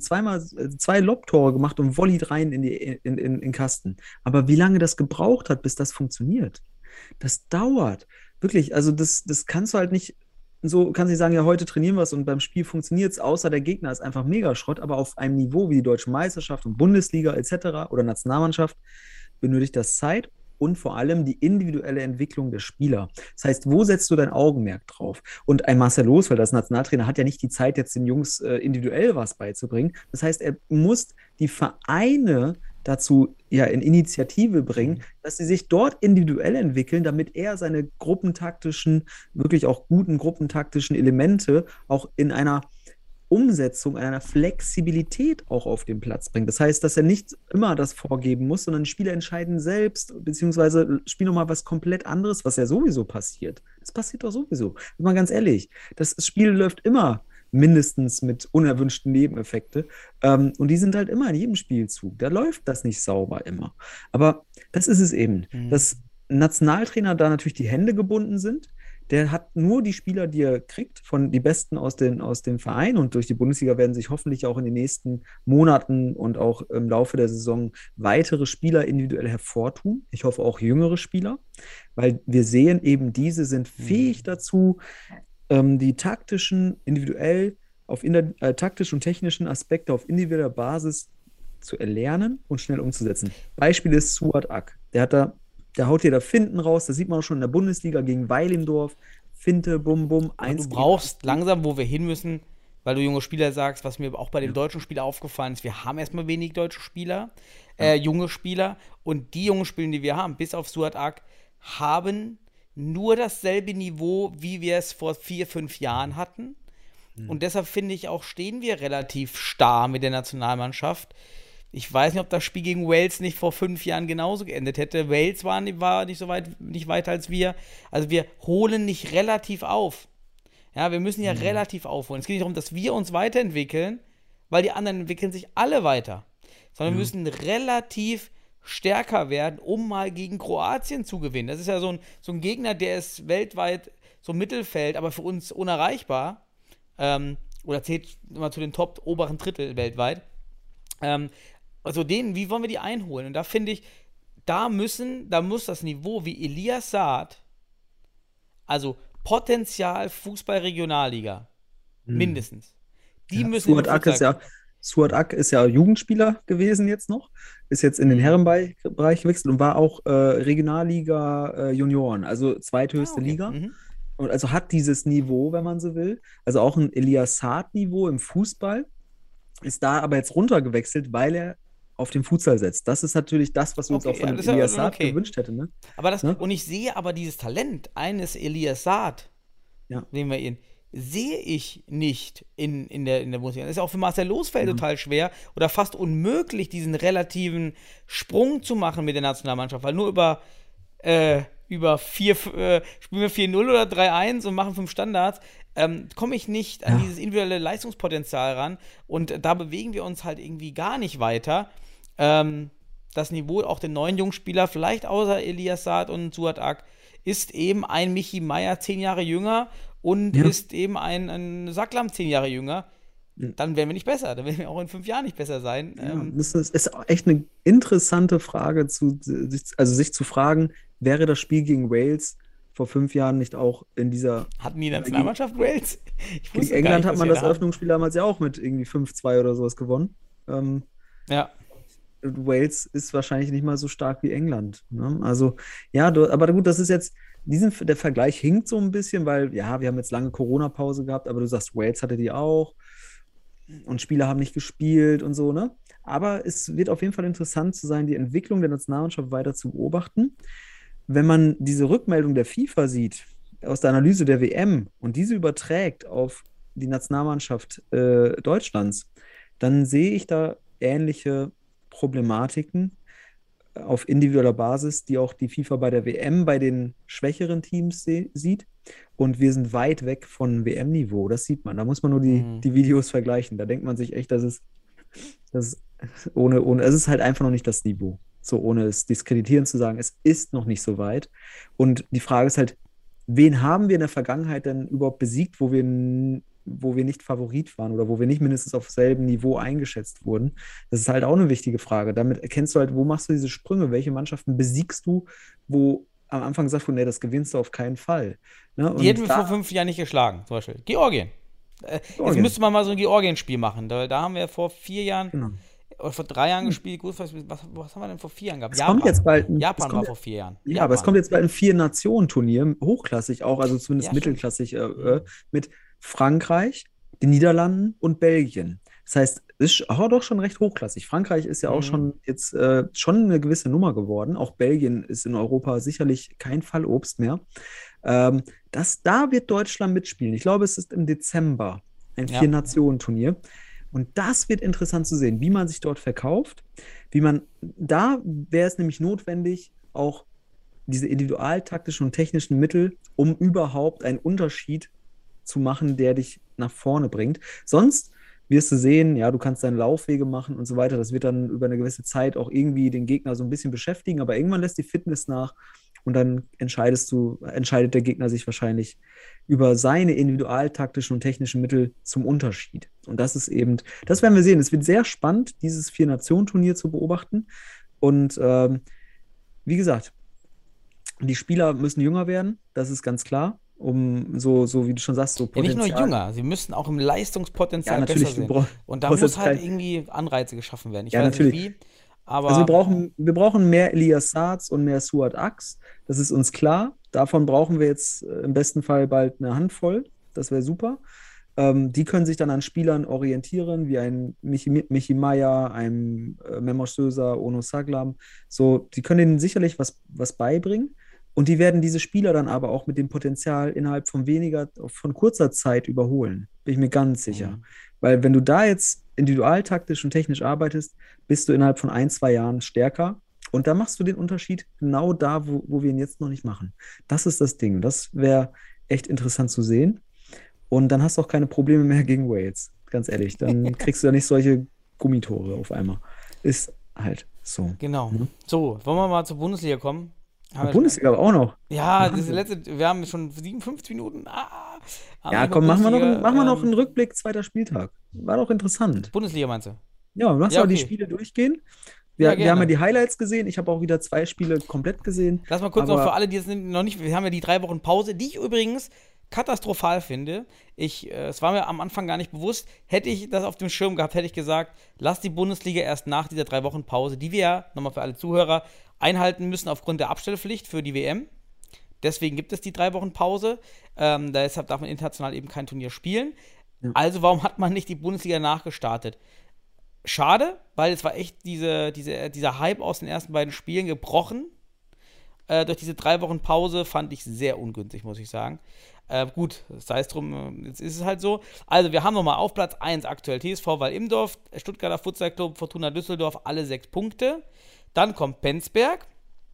2 Lobtore gemacht und volleyt rein in den Kasten. Aber wie lange das gebraucht hat, bis das funktioniert, das dauert. Wirklich, also das kannst du halt nicht, so kannst du nicht sagen, ja, heute trainieren wir es und beim Spiel funktioniert es, außer der Gegner ist einfach mega Schrott, aber auf einem Niveau wie die Deutsche Meisterschaft und Bundesliga etc. oder Nationalmannschaft benötigt das Zeit und vor allem die individuelle Entwicklung der Spieler. Das heißt, wo setzt du dein Augenmerk drauf? Und ein Marcel Losfeld als Nationaltrainer hat ja nicht die Zeit, jetzt den Jungs individuell was beizubringen. Das heißt, er muss die Vereine dazu in Initiative bringen, dass sie sich dort individuell entwickeln, damit er seine gruppentaktischen, wirklich auch guten gruppentaktischen Elemente auch in einer Umsetzung, einer Flexibilität auch auf den Platz bringt. Das heißt, dass er nicht immer das vorgeben muss, sondern die Spieler entscheiden selbst, beziehungsweise spielen nochmal was komplett anderes, was ja sowieso passiert. Das passiert doch sowieso. Mal ganz ehrlich, das Spiel läuft immer mindestens mit unerwünschten Nebeneffekten. Und die sind halt immer in jedem Spielzug. Da läuft das nicht sauber immer. Aber das ist es eben. Dass ein Nationaltrainer da natürlich die Hände gebunden sind. Der hat nur die Spieler, die er kriegt, von die Besten aus dem Verein. Und durch die Bundesliga werden sich hoffentlich auch in den nächsten Monaten und auch im Laufe der Saison weitere Spieler individuell hervortun. Ich hoffe auch jüngere Spieler, weil wir sehen eben, diese sind fähig dazu, die taktischen, taktischen und technischen Aspekte auf individueller Basis zu erlernen und schnell umzusetzen. Beispiel ist Suat Ak. Der haut dir da Finten raus, das sieht man auch schon in der Bundesliga gegen Weilendorf. Finte, bum, bum, Du brauchst langsam, wo wir hin müssen, weil du junge Spieler sagst, was mir auch bei dem deutschen Spieler aufgefallen ist, wir haben erstmal wenig deutsche Spieler, junge Spieler, und die jungen Spieler, die wir haben, bis auf Suat Ak, haben nur dasselbe Niveau, wie wir es vor 4-5 Jahren hatten. Und deshalb finde ich auch, stehen wir relativ starr mit der Nationalmannschaft. Ich weiß nicht, ob das Spiel gegen Wales nicht vor 5 Jahren genauso geendet hätte. Wales war nicht weiter als wir. Also wir holen nicht relativ auf. Ja, wir müssen ja relativ aufholen. Es geht nicht darum, dass wir uns weiterentwickeln, weil die anderen entwickeln sich alle weiter. Sondern wir müssen relativ stärker werden, um mal gegen Kroatien zu gewinnen. Das ist ja so ein Gegner, der ist weltweit so im Mittelfeld, aber für uns unerreichbar. Oder zählt immer zu den oberen Drittel weltweit. Also wie wollen wir die einholen? Und da finde ich, da muss das Niveau wie Elias Saad, also Potenzial Fußball-Regionalliga, mindestens. Die müssen Suat Ak ist ja Jugendspieler gewesen jetzt noch, ist jetzt in den Herrenbereich gewechselt und war auch Regionalliga Junioren, also zweithöchste Liga. Und also hat dieses Niveau, wenn man so will, also auch ein Elias Saad-Niveau im Fußball, ist da aber jetzt runtergewechselt, weil er auf den Futsal setzt. Das ist natürlich das, was wir uns auch von Elias Saad gewünscht hätten. Ne? Und ich sehe aber dieses Talent eines Elias Saad, nehmen wir ihn, sehe ich nicht in der Bundesliga. Das ist auch für Marcel Losfeld total schwer oder fast unmöglich, diesen relativen Sprung zu machen mit der Nationalmannschaft, weil nur über spielen wir 4-0 oder 3-1 und machen 5 Standards, komme ich nicht an dieses individuelle Leistungspotenzial ran, und da bewegen wir uns halt irgendwie gar nicht weiter. das Niveau auch der neuen Jungspieler, vielleicht außer Elias Saad und Suat Ak, ist eben ein Michi Meier 10 Jahre jünger und ist eben ein Saklam 10 Jahre jünger. Dann wären wir nicht besser. Dann werden wir auch in 5 Jahren nicht besser sein. Das ist auch echt eine interessante Frage, sich zu fragen, wäre das Spiel gegen Wales vor 5 Jahren nicht auch in dieser... Hatten die Nationalmannschaft Wales? Gegen England hat man das Eröffnungsspiel damals ja auch mit irgendwie 5-2 oder sowas gewonnen. Wales ist wahrscheinlich nicht mal so stark wie England. Ne? Also, ja, aber gut, das ist jetzt, der Vergleich hinkt so ein bisschen, weil, ja, wir haben jetzt lange Corona-Pause gehabt, aber du sagst, Wales hatte die auch und Spieler haben nicht gespielt und so, ne? Aber es wird auf jeden Fall interessant zu sein, die Entwicklung der Nationalmannschaft weiter zu beobachten. Wenn man diese Rückmeldung der FIFA sieht, aus der Analyse der WM und diese überträgt auf die Nationalmannschaft Deutschlands, dann sehe ich da ähnliche Problematiken auf individueller Basis, die auch die FIFA bei der WM bei den schwächeren Teams sieht. Und wir sind weit weg von WM-Niveau. Das sieht man. Da muss man nur die Videos vergleichen. Da denkt man sich echt, es ist halt einfach noch nicht das Niveau. So, ohne es diskreditieren zu sagen, es ist noch nicht so weit. Und die Frage ist halt, wen haben wir in der Vergangenheit denn überhaupt besiegt, wo wir nicht Favorit waren oder wo wir nicht mindestens auf selben Niveau eingeschätzt wurden? Das ist halt auch eine wichtige Frage. Damit erkennst du halt, wo machst du diese Sprünge? Welche Mannschaften besiegst du, wo am Anfang gesagt wurde, nee, das gewinnst du auf keinen Fall. Ne? Die hätten wir vor 5 Jahren nicht geschlagen, zum Beispiel. Georgien. Jetzt müsste man mal so ein Georgien-Spiel machen. Da haben wir vor 4 Jahren oder vor 3 Jahren gespielt. Gut, was haben wir denn vor 4 Jahren gehabt? Japan war vor 4 Jahren. Ja, Japan. Aber es kommt jetzt bald ein 4-Nationen-Turnier, hochklassig auch, also zumindest mittelklassig, mit Frankreich, den Niederlanden und Belgien. Das heißt, es ist doch schon recht hochklassig. Frankreich ist ja auch schon jetzt schon eine gewisse Nummer geworden. Auch Belgien ist in Europa sicherlich kein Fallobst mehr. Da wird Deutschland mitspielen. Ich glaube, es ist im Dezember ein 4-Nationen-Turnier. Und das wird interessant zu sehen, wie man sich dort verkauft. Da wäre es nämlich notwendig, auch diese individualtaktischen und technischen Mittel, um überhaupt einen Unterschied zu machen, der dich nach vorne bringt. Sonst wirst du sehen, ja, du kannst deine Laufwege machen und so weiter. Das wird dann über eine gewisse Zeit auch irgendwie den Gegner so ein bisschen beschäftigen, aber irgendwann lässt die Fitness nach und dann entscheidet der Gegner sich wahrscheinlich über seine individualtaktischen und technischen Mittel zum Unterschied. Und das werden wir sehen. Es wird sehr spannend, dieses 4-Nationen-Turnier zu beobachten. Und wie gesagt, die Spieler müssen jünger werden, das ist ganz klar. Um so wie du schon sagst, so Ja, Potenzial. nicht nur jünger, sie müssen auch im Leistungspotenzial besser sein. Und da muss halt irgendwie Anreize geschaffen werden. Ich weiß nicht wie, aber... Also wir brauchen mehr Elias Saad und mehr Suat Aks, das ist uns klar. Davon brauchen wir jetzt im besten Fall bald eine Handvoll, das wäre super. Die können sich dann an Spielern orientieren, wie ein Michi Meier, ein Memos Sözer, Ono Saglam. So, die können ihnen sicherlich was beibringen. Und die werden diese Spieler dann aber auch mit dem Potenzial innerhalb von kurzer Zeit überholen. Bin ich mir ganz sicher. Weil wenn du da jetzt individualtaktisch und technisch arbeitest, bist du innerhalb von 1-2 Jahren stärker. Und da machst du den Unterschied genau da, wo wir ihn jetzt noch nicht machen. Das ist das Ding. Das wäre echt interessant zu sehen. Und dann hast du auch keine Probleme mehr gegen Wales. Ganz ehrlich. Dann kriegst du ja nicht solche Gummitore auf einmal. Ist halt so. Genau. So, wollen wir mal zur Bundesliga kommen? Bundesliga aber auch noch. Ja, wir haben schon 57 Minuten. Ja, komm, machen wir noch einen Rückblick, 2. Spieltag. War doch interessant. Bundesliga meinst du? Ja, lass mal die Spiele durchgehen. Wir haben ja die Highlights gesehen. Ich habe auch wieder 2 Spiele komplett gesehen. Lass mal kurz noch für alle, die es noch nicht, wir haben ja die 3 Wochen Pause, die ich übrigens katastrophal finde. Es war mir am Anfang gar nicht bewusst. Hätte ich das auf dem Schirm gehabt, hätte ich gesagt, lass die Bundesliga erst nach dieser 3 Wochen Pause, die wir ja, nochmal für alle Zuhörer, einhalten müssen aufgrund der Abstellpflicht für die WM. Deswegen gibt es die 3 Wochen Pause. Deshalb darf man international eben kein Turnier spielen. Ja. Also warum hat man nicht die Bundesliga nachgestartet? Schade, weil es war echt dieser Hype aus den ersten beiden Spielen gebrochen. Durch diese 3 Wochen Pause fand ich sehr ungünstig, muss ich sagen. Gut, sei es drum, jetzt ist es halt so. Also wir haben nochmal auf Platz 1 aktuell TSV Wall-Imdorf, Stuttgarter Futsal Club, Fortuna Düsseldorf, alle 6 Punkte. Dann kommt Penzberg,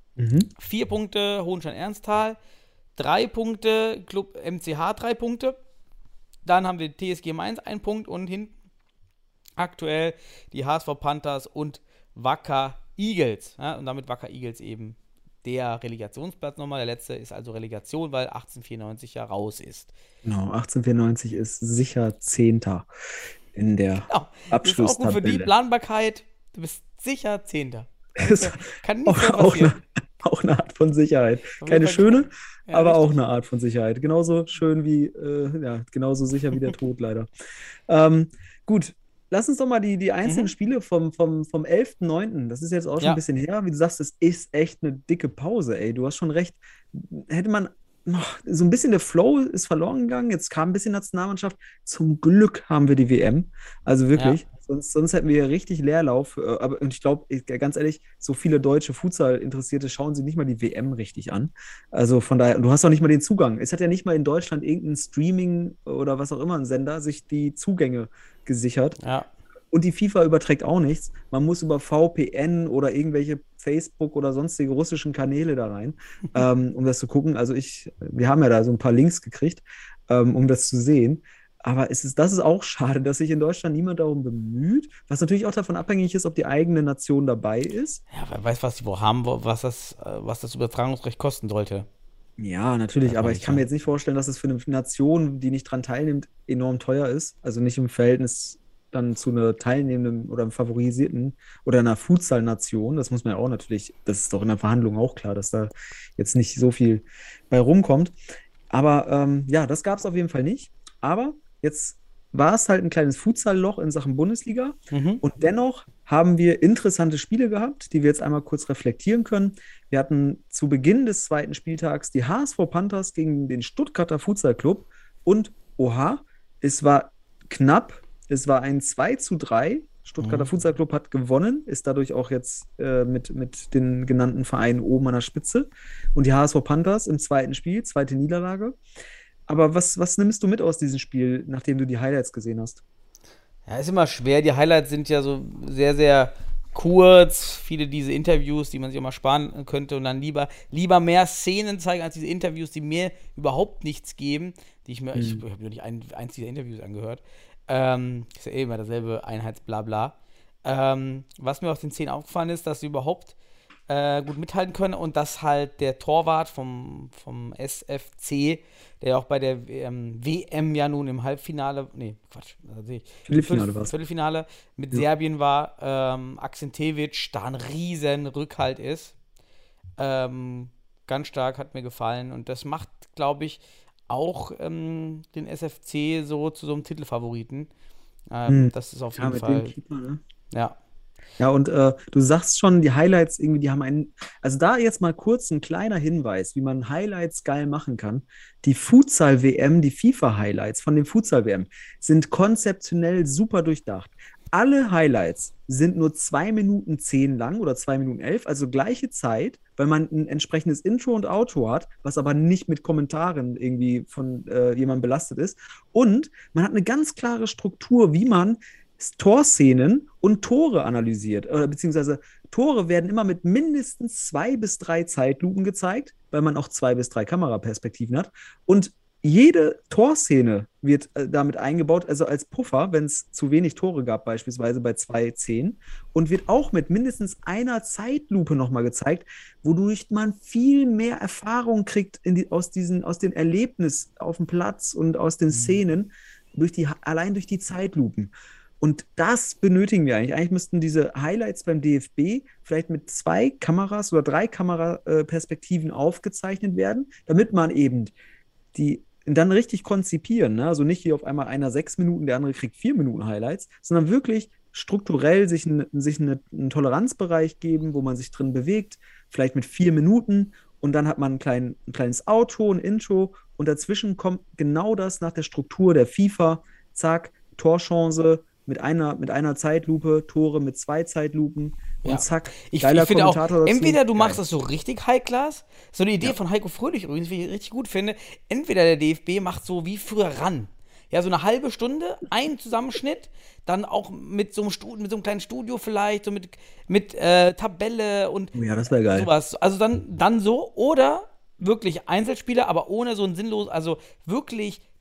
4 Punkte, Hohenstein-Ernsthal, 3 Punkte, Club MCH 3 Punkte. Dann haben wir TSG Mainz 1 Punkt und hinten aktuell die HSV Panthers und Wacker Eagles. Ja? Und damit Wacker Eagles eben der Relegationsplatz nochmal. Der letzte ist also Relegation, weil 1894 ja raus ist. Genau, 1894 ist sicher 10. in der Genau. Das ist auch gut für die Planbarkeit. Du bist sicher 10. Kann nicht mehr passieren. Auch eine Art von Sicherheit. Keine schöne, aber auch eine Art von Sicherheit. Genauso schön wie, genauso sicher wie der Tod leider. Gut, lass uns doch mal die einzelnen Spiele vom 11.9. Das ist jetzt auch schon ein bisschen her. Wie du sagst, es ist echt eine dicke Pause, ey. Du hast schon recht. Hätte man noch so ein bisschen, der Flow ist verloren gegangen. Jetzt kam ein bisschen Nationalmannschaft. Zum Glück haben wir die WM. Also wirklich. Ja. Sonst hätten wir hier richtig Leerlauf. Aber ich glaube, ganz ehrlich, so viele deutsche Futsal-Interessierte schauen sich nicht mal die WM richtig an. Also von daher, du hast auch nicht mal den Zugang. Es hat ja nicht mal in Deutschland irgendein Streaming oder was auch immer, ein Sender, sich die Zugänge gesichert. Ja. Und die FIFA überträgt auch nichts. Man muss über VPN oder irgendwelche Facebook oder sonstige russischen Kanäle da rein, um das zu gucken. Also wir haben ja da so ein paar Links gekriegt, um das zu sehen. Aber das ist auch schade, dass sich in Deutschland niemand darum bemüht, was natürlich auch davon abhängig ist, ob die eigene Nation dabei ist. Ja, wer weiß, was die wo haben, was das Übertragungsrecht kosten sollte. Ja, natürlich, aber ich kann mir jetzt nicht vorstellen, dass es für eine Nation, die nicht dran teilnimmt, enorm teuer ist. Also nicht im Verhältnis dann zu einer teilnehmenden oder einem favorisierten oder einer Futsal-Nation. Das muss man ja auch natürlich, das ist doch in der Verhandlung auch klar, dass da jetzt nicht so viel bei rumkommt. Aber das gab es auf jeden Fall nicht. Aber jetzt war es halt ein kleines Futsal-Loch in Sachen Bundesliga. Und dennoch haben wir interessante Spiele gehabt, die wir jetzt einmal kurz reflektieren können. Wir hatten zu Beginn des zweiten Spieltags die HSV Panthers gegen den Stuttgarter Futsal Club. Und es war knapp. Es war ein 2:3. Stuttgarter Futsal Club hat gewonnen, ist dadurch auch jetzt mit den genannten Vereinen oben an der Spitze. Und die HSV Panthers im zweiten Spiel, zweite Niederlage. Aber was nimmst du mit aus diesem Spiel, nachdem du die Highlights gesehen hast? Ja, ist immer schwer. Die Highlights sind ja so sehr, sehr kurz. Viele diese Interviews, die man sich auch mal sparen könnte und dann lieber mehr Szenen zeigen, als diese Interviews, die mir überhaupt nichts geben. Ich habe mir nicht eins dieser Interviews angehört. Ist ja immer dasselbe Einheitsblabla. Was mir auf den 10 aufgefallen ist, dass sie überhaupt gut mithalten können und dass halt der Torwart vom SFC, der auch bei der WM ja nun im Halbfinale, Viertelfinale mit Serbien war, Aksentevic da ein riesen Rückhalt ist. Ganz stark, hat mir gefallen und das macht, glaube ich, auch den SFC so zu so einem Titelfavoriten. Das ist auf jeden Fall. Dem Keeper, ne? Ja. Ja, und du sagst schon, die Highlights irgendwie, die haben also da jetzt mal kurz ein kleiner Hinweis, wie man Highlights geil machen kann. Die Futsal-WM, die FIFA-Highlights von dem Futsal-WM sind konzeptionell super durchdacht. Alle Highlights sind nur 2 Minuten 10 lang oder 2 Minuten 11, also gleiche Zeit, weil man ein entsprechendes Intro und Outro hat, was aber nicht mit Kommentaren irgendwie von jemandem belastet ist. Und man hat eine ganz klare Struktur, wie man Torszenen und Tore analysiert, beziehungsweise Tore werden immer mit mindestens 2 bis 3 Zeitlupen gezeigt, weil man auch 2 bis 3 Kameraperspektiven hat. Und jede Torszene wird damit eingebaut, also als Puffer, wenn es zu wenig Tore gab, beispielsweise bei 2:10, und wird auch mit mindestens einer Zeitlupe nochmal gezeigt, wodurch man viel mehr Erfahrung kriegt aus den Erlebnissen auf dem Platz und aus den Szenen, allein durch die Zeitlupen. Und das benötigen wir eigentlich. Eigentlich müssten diese Highlights beim DFB vielleicht mit 2 Kameras oder 3 Kameraperspektiven aufgezeichnet werden, damit man eben die dann richtig konzipieren. Ne? Also nicht hier auf einmal einer 6 Minuten, der andere kriegt 4 Minuten Highlights, sondern wirklich strukturell sich einen Toleranzbereich geben, wo man sich drin bewegt, vielleicht mit 4 Minuten. Und dann hat man ein kleines Outro, ein Intro. Und dazwischen kommt genau das nach der Struktur der FIFA. Zack, Torchance, mit einer Zeitlupe, Tore mit 2 Zeitlupen und zack, geiler Kommentator dazu. Entweder du machst das so richtig High-Class, so eine Idee von Heiko Fröhlich übrigens, wie ich richtig gut finde, entweder der DFB macht so wie früher ran. Ja, so eine halbe Stunde, ein Zusammenschnitt, dann auch mit so einem kleinen Studio vielleicht, so mit Tabelle und das wäre geil. Sowas. Also dann so, oder wirklich Einzelspieler, aber ohne so ein sinnlos, also wirklich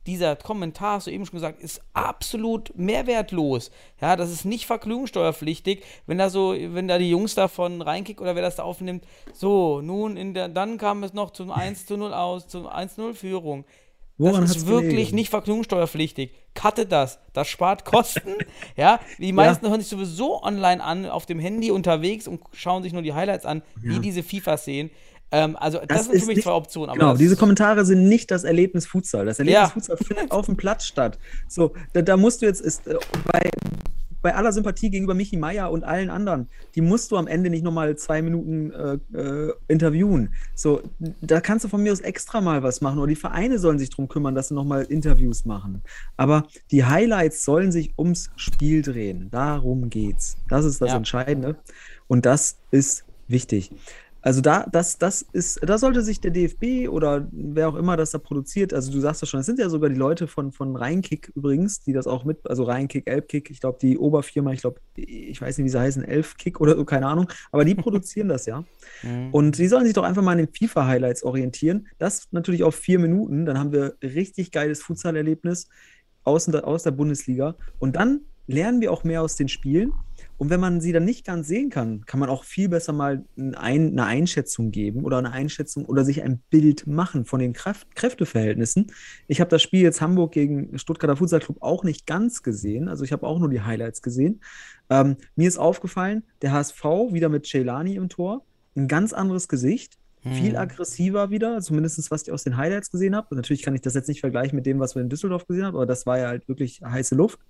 dieser Kommentar, hast du eben schon gesagt, ist absolut mehrwertlos. Ja, das ist nicht vergnügungssteuerpflichtig, wenn da die Jungs da von Rheinkick oder wer das da aufnimmt, so, nun dann kam es noch zum 1:0 aus, zum 1:0 Führung. Woran Das hat's ist wirklich gelegen? nicht vergnügungssteuerpflichtig. Cuttet das. Das spart Kosten. Ja, die meisten hören sich sowieso online an, auf dem Handy unterwegs und schauen sich nur die Highlights an, wie diese FIFAs sehen. Also, das sind für mich zwei Optionen. Aber Genau, das diese Kommentare sind nicht das Erlebnis Futsal. Das Erlebnis Ja. Futsal findet auf dem Platz statt. So, da musst du jetzt, bei aller Sympathie gegenüber Michi Meier und allen anderen, die musst du am Ende nicht nochmal 2 Minuten interviewen. So, da kannst du von mir aus extra mal was machen. Oder die Vereine sollen sich darum kümmern, dass sie nochmal Interviews machen. Aber die Highlights sollen sich ums Spiel drehen. Darum geht's. Das ist das Ja. Entscheidende. Und das ist wichtig. Also da sollte sich der DFB oder wer auch immer das da produziert, also du sagst ja schon, es sind ja sogar die Leute von Rheinkick übrigens, die das auch also Rheinkick, Elbkick, ich glaube die Oberfirma, ich weiß nicht, wie sie heißen, Elfkick oder so, keine Ahnung, aber die produzieren das ja. Und die sollen sich doch einfach mal an den FIFA-Highlights orientieren. Das natürlich auf 4 Minuten, dann haben wir richtig geiles Futsal-Erlebnis aus der Bundesliga und dann lernen wir auch mehr aus den Spielen. Und wenn man sie dann nicht ganz sehen kann, kann man auch viel besser mal eine Einschätzung geben oder eine Einschätzung oder sich ein Bild machen von den Kräfteverhältnissen. Ich habe das Spiel jetzt Hamburg gegen Stuttgarter Futsal Club auch nicht ganz gesehen. Also ich habe auch nur die Highlights gesehen. Mir ist aufgefallen, der HSV wieder mit Ceylani im Tor. Ein ganz anderes Gesicht. Viel aggressiver wieder, zumindest was ich aus den Highlights gesehen habe. Und natürlich kann ich das jetzt nicht vergleichen mit dem, was wir in Düsseldorf gesehen haben, aber das war ja halt wirklich heiße Luft.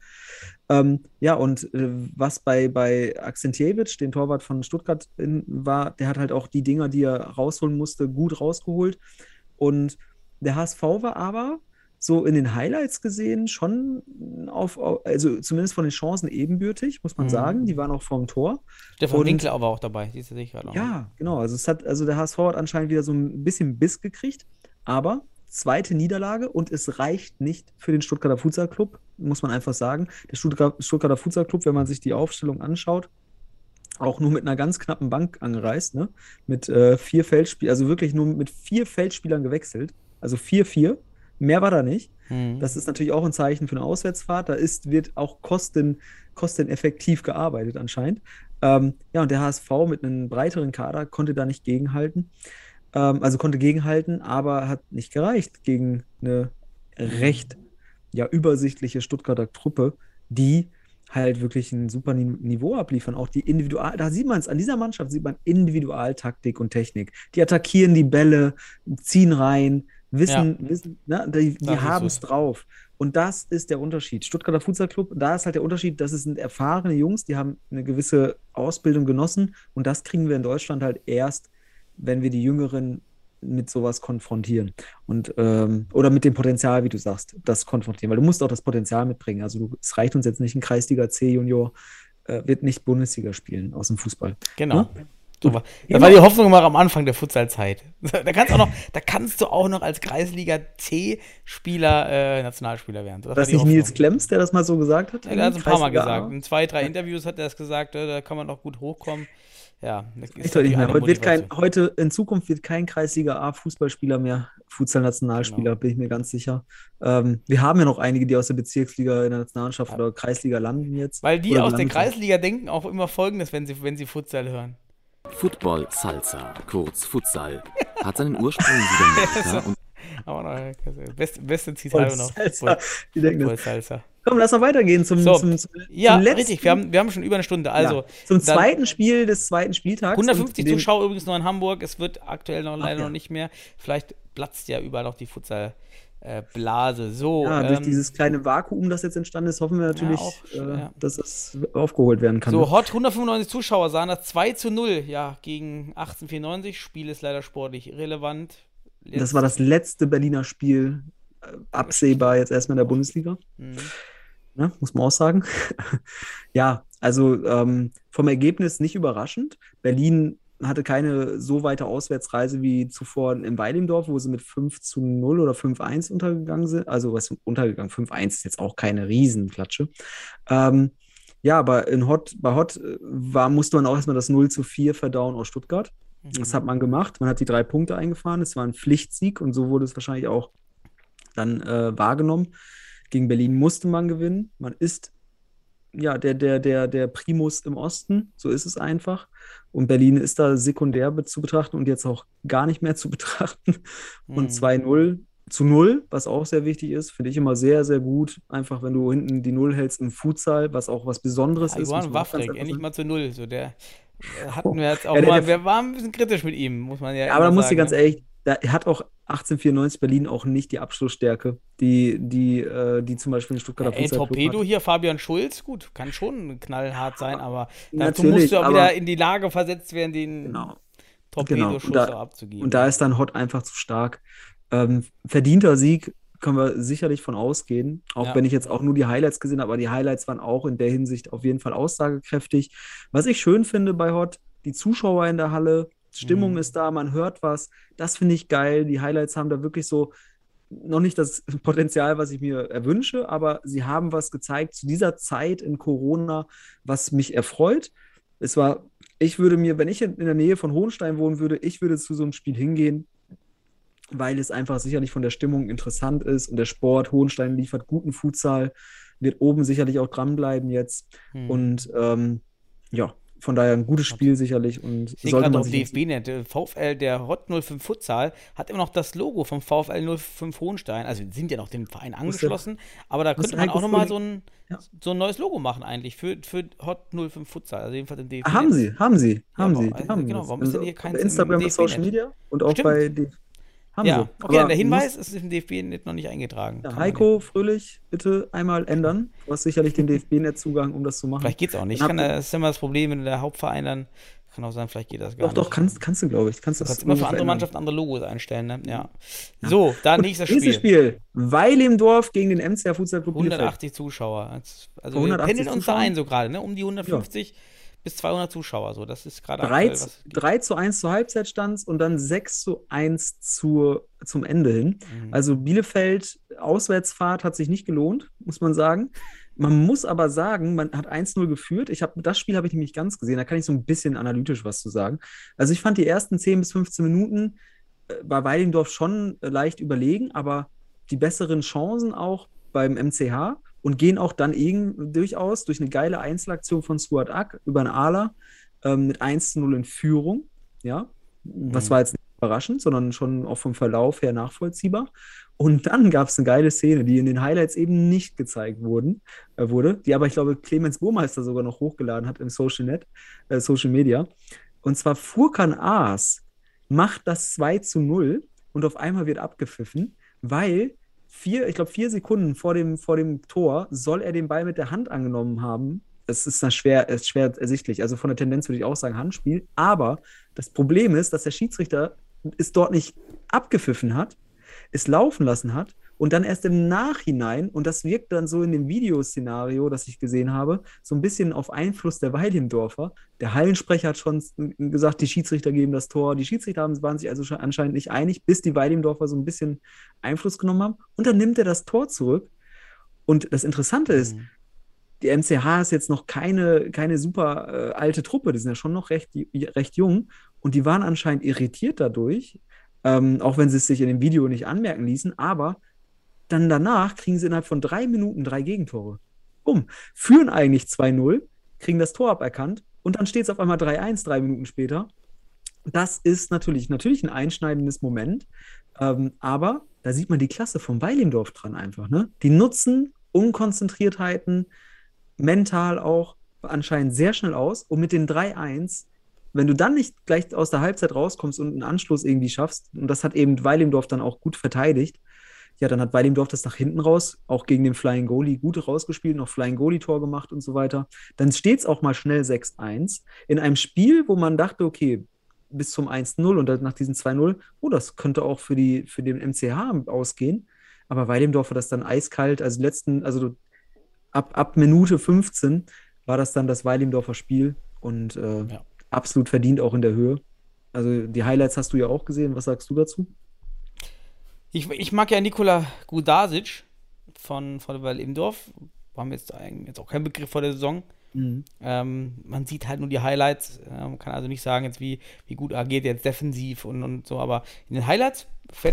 Was bei Akzentjewitsch, den Torwart von Stuttgart, war, der hat halt auch die Dinger, die er rausholen musste, gut rausgeholt. Und der HSV war aber so in den Highlights gesehen schon also zumindest von den Chancen ebenbürtig, muss man sagen. Die waren auch vorm Tor. Stefan Und- Winkler aber auch dabei, siehst du sich gerade noch. Ja, genau. Also der HSV hat anscheinend wieder so ein bisschen Biss gekriegt, aber zweite Niederlage und es reicht nicht für den Stuttgarter Futsal Club, muss man einfach sagen. Der Stuttgarter Futsal Club, wenn man sich die Aufstellung anschaut, auch nur mit einer ganz knappen Bank angereist, ne? Mit 4 Feldspielern, also wirklich nur mit 4 Feldspielern gewechselt. Also 4-4. Mehr war da nicht. Das ist natürlich auch ein Zeichen für eine Auswärtsfahrt. Wird auch kosteneffektiv gearbeitet anscheinend. Und der HSV mit einem breiteren Kader konnte da nicht gegenhalten. Also konnte gegenhalten, aber hat nicht gereicht gegen eine recht übersichtliche Stuttgarter Truppe, die halt wirklich ein super Niveau abliefern. Auch die da sieht man es, an dieser Mannschaft sieht man Individualtaktik und Technik. Die attackieren die Bälle, ziehen rein, wissen, ne, die haben es drauf. Und das ist der Unterschied. Stuttgarter Futsal Club, da ist halt der Unterschied, das sind erfahrene Jungs, die haben eine gewisse Ausbildung genossen und das kriegen wir in Deutschland halt erst, wenn wir die Jüngeren mit sowas konfrontieren und oder mit dem Potenzial, wie du sagst, das konfrontieren, weil du musst auch das Potenzial mitbringen. Also es reicht uns jetzt nicht, ein Kreisliga C Junior wird nicht Bundesliga spielen aus dem Fußball. Genau. Ne? So war, da war die Hoffnung immer am Anfang der Futsalzeit. Da kannst du auch noch als Kreisliga C-Spieler Nationalspieler werden. War das nicht Nils Klemms, der das mal so gesagt hat? Ja, der hat es ein paar Mal Kreisliga gesagt. A? In 2, 3 Interviews hat er das gesagt, da kann man noch gut hochkommen. Ja, das Ich doch nicht mehr. eine Motivation. Heute in Zukunft wird kein Kreisliga A Fußballspieler mehr, Futsal-Nationalspieler, Genau. bin ich mir ganz sicher. Wir haben ja noch einige, die aus der Bezirksliga in der Nationalmannschaft oder Kreisliga landen jetzt. Weil die Oder aus der gelandet sind. Kreisliga denken auch immer Folgendes, wenn sie Futsal hören. Football Salsa, kurz Futsal, hat seinen Ursprung in Südamerika und Aber noch, beste Zitat noch. Salsa. Die denken Football das. Salsa. Komm, lass mal weitergehen zum Ja, letzten, richtig, wir haben schon über eine Stunde. Also, zum dann zweiten Spiel des zweiten Spieltags. 150 Und Zuschauer übrigens noch in Hamburg. Es wird aktuell leider ja. noch nicht mehr. Vielleicht platzt ja überall noch die Futsal-Blase. So, durch dieses kleine Vakuum, das jetzt entstanden ist, hoffen wir natürlich, ja. dass es aufgeholt werden kann. so Hot 195 Zuschauer sahen das 2:0 gegen 1894. Spiel ist leider sportlich irrelevant. Das war das letzte Berliner Spiel, absehbar jetzt erstmal in der Bundesliga. Ne, muss man auch sagen. Ja, also vom Ergebnis nicht überraschend. Berlin hatte keine so weite Auswärtsreise wie zuvor in Weilendorf, wo sie mit 5:0 oder 5:1 untergegangen sind. Also was untergegangen? 5:1 ist jetzt auch keine Riesenklatsche. Aber bei Hot musste man auch erstmal das 0:4 verdauen aus Stuttgart. Das hat man gemacht. Man hat die 3 Punkte eingefahren. Es war ein Pflichtsieg und so wurde es wahrscheinlich auch dann wahrgenommen. Gegen Berlin musste man gewinnen. Man ist ja der Primus im Osten, so ist es einfach. Und Berlin ist da sekundär zu betrachten und jetzt auch gar nicht mehr zu betrachten. Und 2-0, was auch sehr wichtig ist, finde ich immer sehr, sehr gut. Einfach, wenn du hinten die Null hältst im Futsal, was auch was Besonderes ist. Johann Wawrik, endlich mal zu 0. So, der hatten wir jetzt auch mal, wir waren ein bisschen kritisch mit ihm, muss man ja aber da muss ich sagen, ganz ne? ehrlich, da hat auch 1894 Berlin auch nicht die Abschlussstärke, die zum Beispiel in Stuttgarter Futsal Club Torpedo hat. hier, Fabian Schulz, gut, kann schon knallhart sein, aber dazu Natürlich, musst du auch aber- wieder in die Lage versetzt werden, den Genau. Torpedoschuss Genau. auch abzugeben. Und da ist dann Hott einfach zu stark. Verdienter Sieg, können wir sicherlich von ausgehen, auch Ja. wenn ich jetzt auch nur die Highlights gesehen habe, aber die Highlights waren auch in der Hinsicht auf jeden Fall aussagekräftig. Was ich schön finde bei Hott, die Zuschauer in der Halle, Stimmung ist da, man hört was, das finde ich geil. Die Highlights haben da wirklich so noch nicht das Potenzial, was ich mir erwünsche, aber sie haben was gezeigt zu dieser Zeit in Corona, was mich erfreut. Ich würde mir, wenn ich in der Nähe von Hohenstein wohnen würde, ich würde zu so einem Spiel hingehen, weil es einfach sicherlich von der Stimmung interessant ist und der Sport, Hohenstein liefert guten Futsal, wird oben sicherlich auch dranbleiben jetzt. Und ja, von daher ein gutes Spiel sicherlich und Ich sehe sollte gerade man auf sich DFB-Net, VfL, der Hott 05 Futsal, hat immer noch das Logo vom VfL 05 Hohenstein. Also die sind ja noch dem Verein angeschlossen, aber da könnte man Heiko auch nochmal Fröhlich- so ein neues Logo machen eigentlich für Hott 05 Futsal, also jedenfalls im DFB. Haben sie. aber- Die also haben genau, das. warum ist denn hier keins Bei im Instagram und DFB-Net? Social Media und auch Stimmt. bei die haben Ja, sie. okay, Aber der Hinweis muss- ist im DFB-Net noch nicht eingetragen. Ja, Kann man Heiko Fröhlich, bitte einmal ändern. Du hast sicherlich den DFB-Net-Zugang, um das zu machen. Vielleicht geht's auch nicht. Dann Das ist immer das Problem, wenn der Hauptverein dann, kann auch sein, vielleicht geht das gar Doch, nicht. kannst du, glaube ich. Kannst Du das kannst immer für andere verändern. Mannschaften andere Logos einstellen, ne? Ja. So, dann nächstes Nächstes Spiel. Spiel. Weil im Dorf gegen den MCR Futsal Club Bielefeld. 180 Zuschauer. Also Vor wir 180 pendeln uns da Zuschauern? ein so gerade, ne? Um die 150 bis 200 Zuschauer. So, das ist gerade 3, aktuell, was geht. 3:1 zur Halbzeit stand und dann 6:1 zum Ende hin. Mhm. Also Bielefeld, Auswärtsfahrt hat sich nicht gelohnt, muss man sagen. Man muss aber sagen, man hat 1-0 geführt. Das Spiel habe ich nämlich ganz gesehen, da kann ich so ein bisschen analytisch was zu sagen. Also ich fand die ersten 10 bis 15 Minuten bei Weilendorf schon leicht überlegen, aber die besseren Chancen auch beim MCH und gehen auch dann durchaus durch eine geile Einzelaktion von Suat Ak über einen Ala mit 1-0 in Führung. Ja, was war jetzt nicht überraschend, sondern schon auch vom Verlauf her nachvollziehbar. Und dann gab es eine geile Szene, die in den Highlights eben nicht gezeigt wurde, die aber, ich glaube, Clemens Burmeister sogar noch hochgeladen hat im Social Media. Und zwar Furkan Aas macht das 2-0 und auf einmal wird abgepfiffen, weil 4 Sekunden vor dem Tor soll er den Ball mit der Hand angenommen haben. Es ist schwer ersichtlich. Also von der Tendenz würde ich auch sagen Handspiel. Aber das Problem ist, dass der Schiedsrichter es dort nicht abgepfiffen hat, es laufen lassen hat und dann erst im Nachhinein, und das wirkt dann so in dem Videoszenario, das ich gesehen habe, so ein bisschen auf Einfluss der Weidendorfer. Der Hallensprecher hat schon gesagt, die Schiedsrichter geben das Tor. Die Schiedsrichter waren sich also anscheinend nicht einig, bis die Weidendorfer so ein bisschen Einfluss genommen haben. Und dann nimmt er das Tor zurück. Und das Interessante ist, die MCH ist jetzt noch keine super alte Truppe, die sind ja schon noch recht jung und die waren anscheinend irritiert dadurch, auch wenn sie es sich in dem Video nicht anmerken ließen, aber dann danach kriegen sie innerhalb von 3 Minuten 3 Gegentore. Führen eigentlich 2-0, kriegen das Tor aberkannt und dann steht es auf einmal 3-1 3 Minuten später. Das ist natürlich ein einschneidendes Moment, aber da sieht man die Klasse von Weilendorf dran einfach. Ne? Die nutzen Unkonzentriertheiten, mental auch anscheinend sehr schnell aus und mit den 3-1, wenn du dann nicht gleich aus der Halbzeit rauskommst und einen Anschluss irgendwie schaffst, und das hat eben Weilendorf dann auch gut verteidigt, ja, dann hat Weilendorf das nach hinten raus, auch gegen den Flying Goalie gut rausgespielt, noch Flying Goalie-Tor gemacht und so weiter. Dann steht es auch mal schnell 6-1 in einem Spiel, wo man dachte, okay, bis zum 1-0 und dann nach diesen 2-0, das könnte auch für den MCH ausgehen. Aber Weilendorf war das dann eiskalt, also ab Minute 15 war das dann das Weilendorfer Spiel und absolut verdient auch in der Höhe. Also die Highlights hast du ja auch gesehen. Was sagst du dazu? Ich mag ja Nikola Gudasic von Weilendorf. War mir jetzt auch kein Begriff vor der Saison. Man sieht halt nur die Highlights. Man kann also nicht sagen, jetzt wie gut agiert jetzt defensiv und so, aber in den Highlights fällt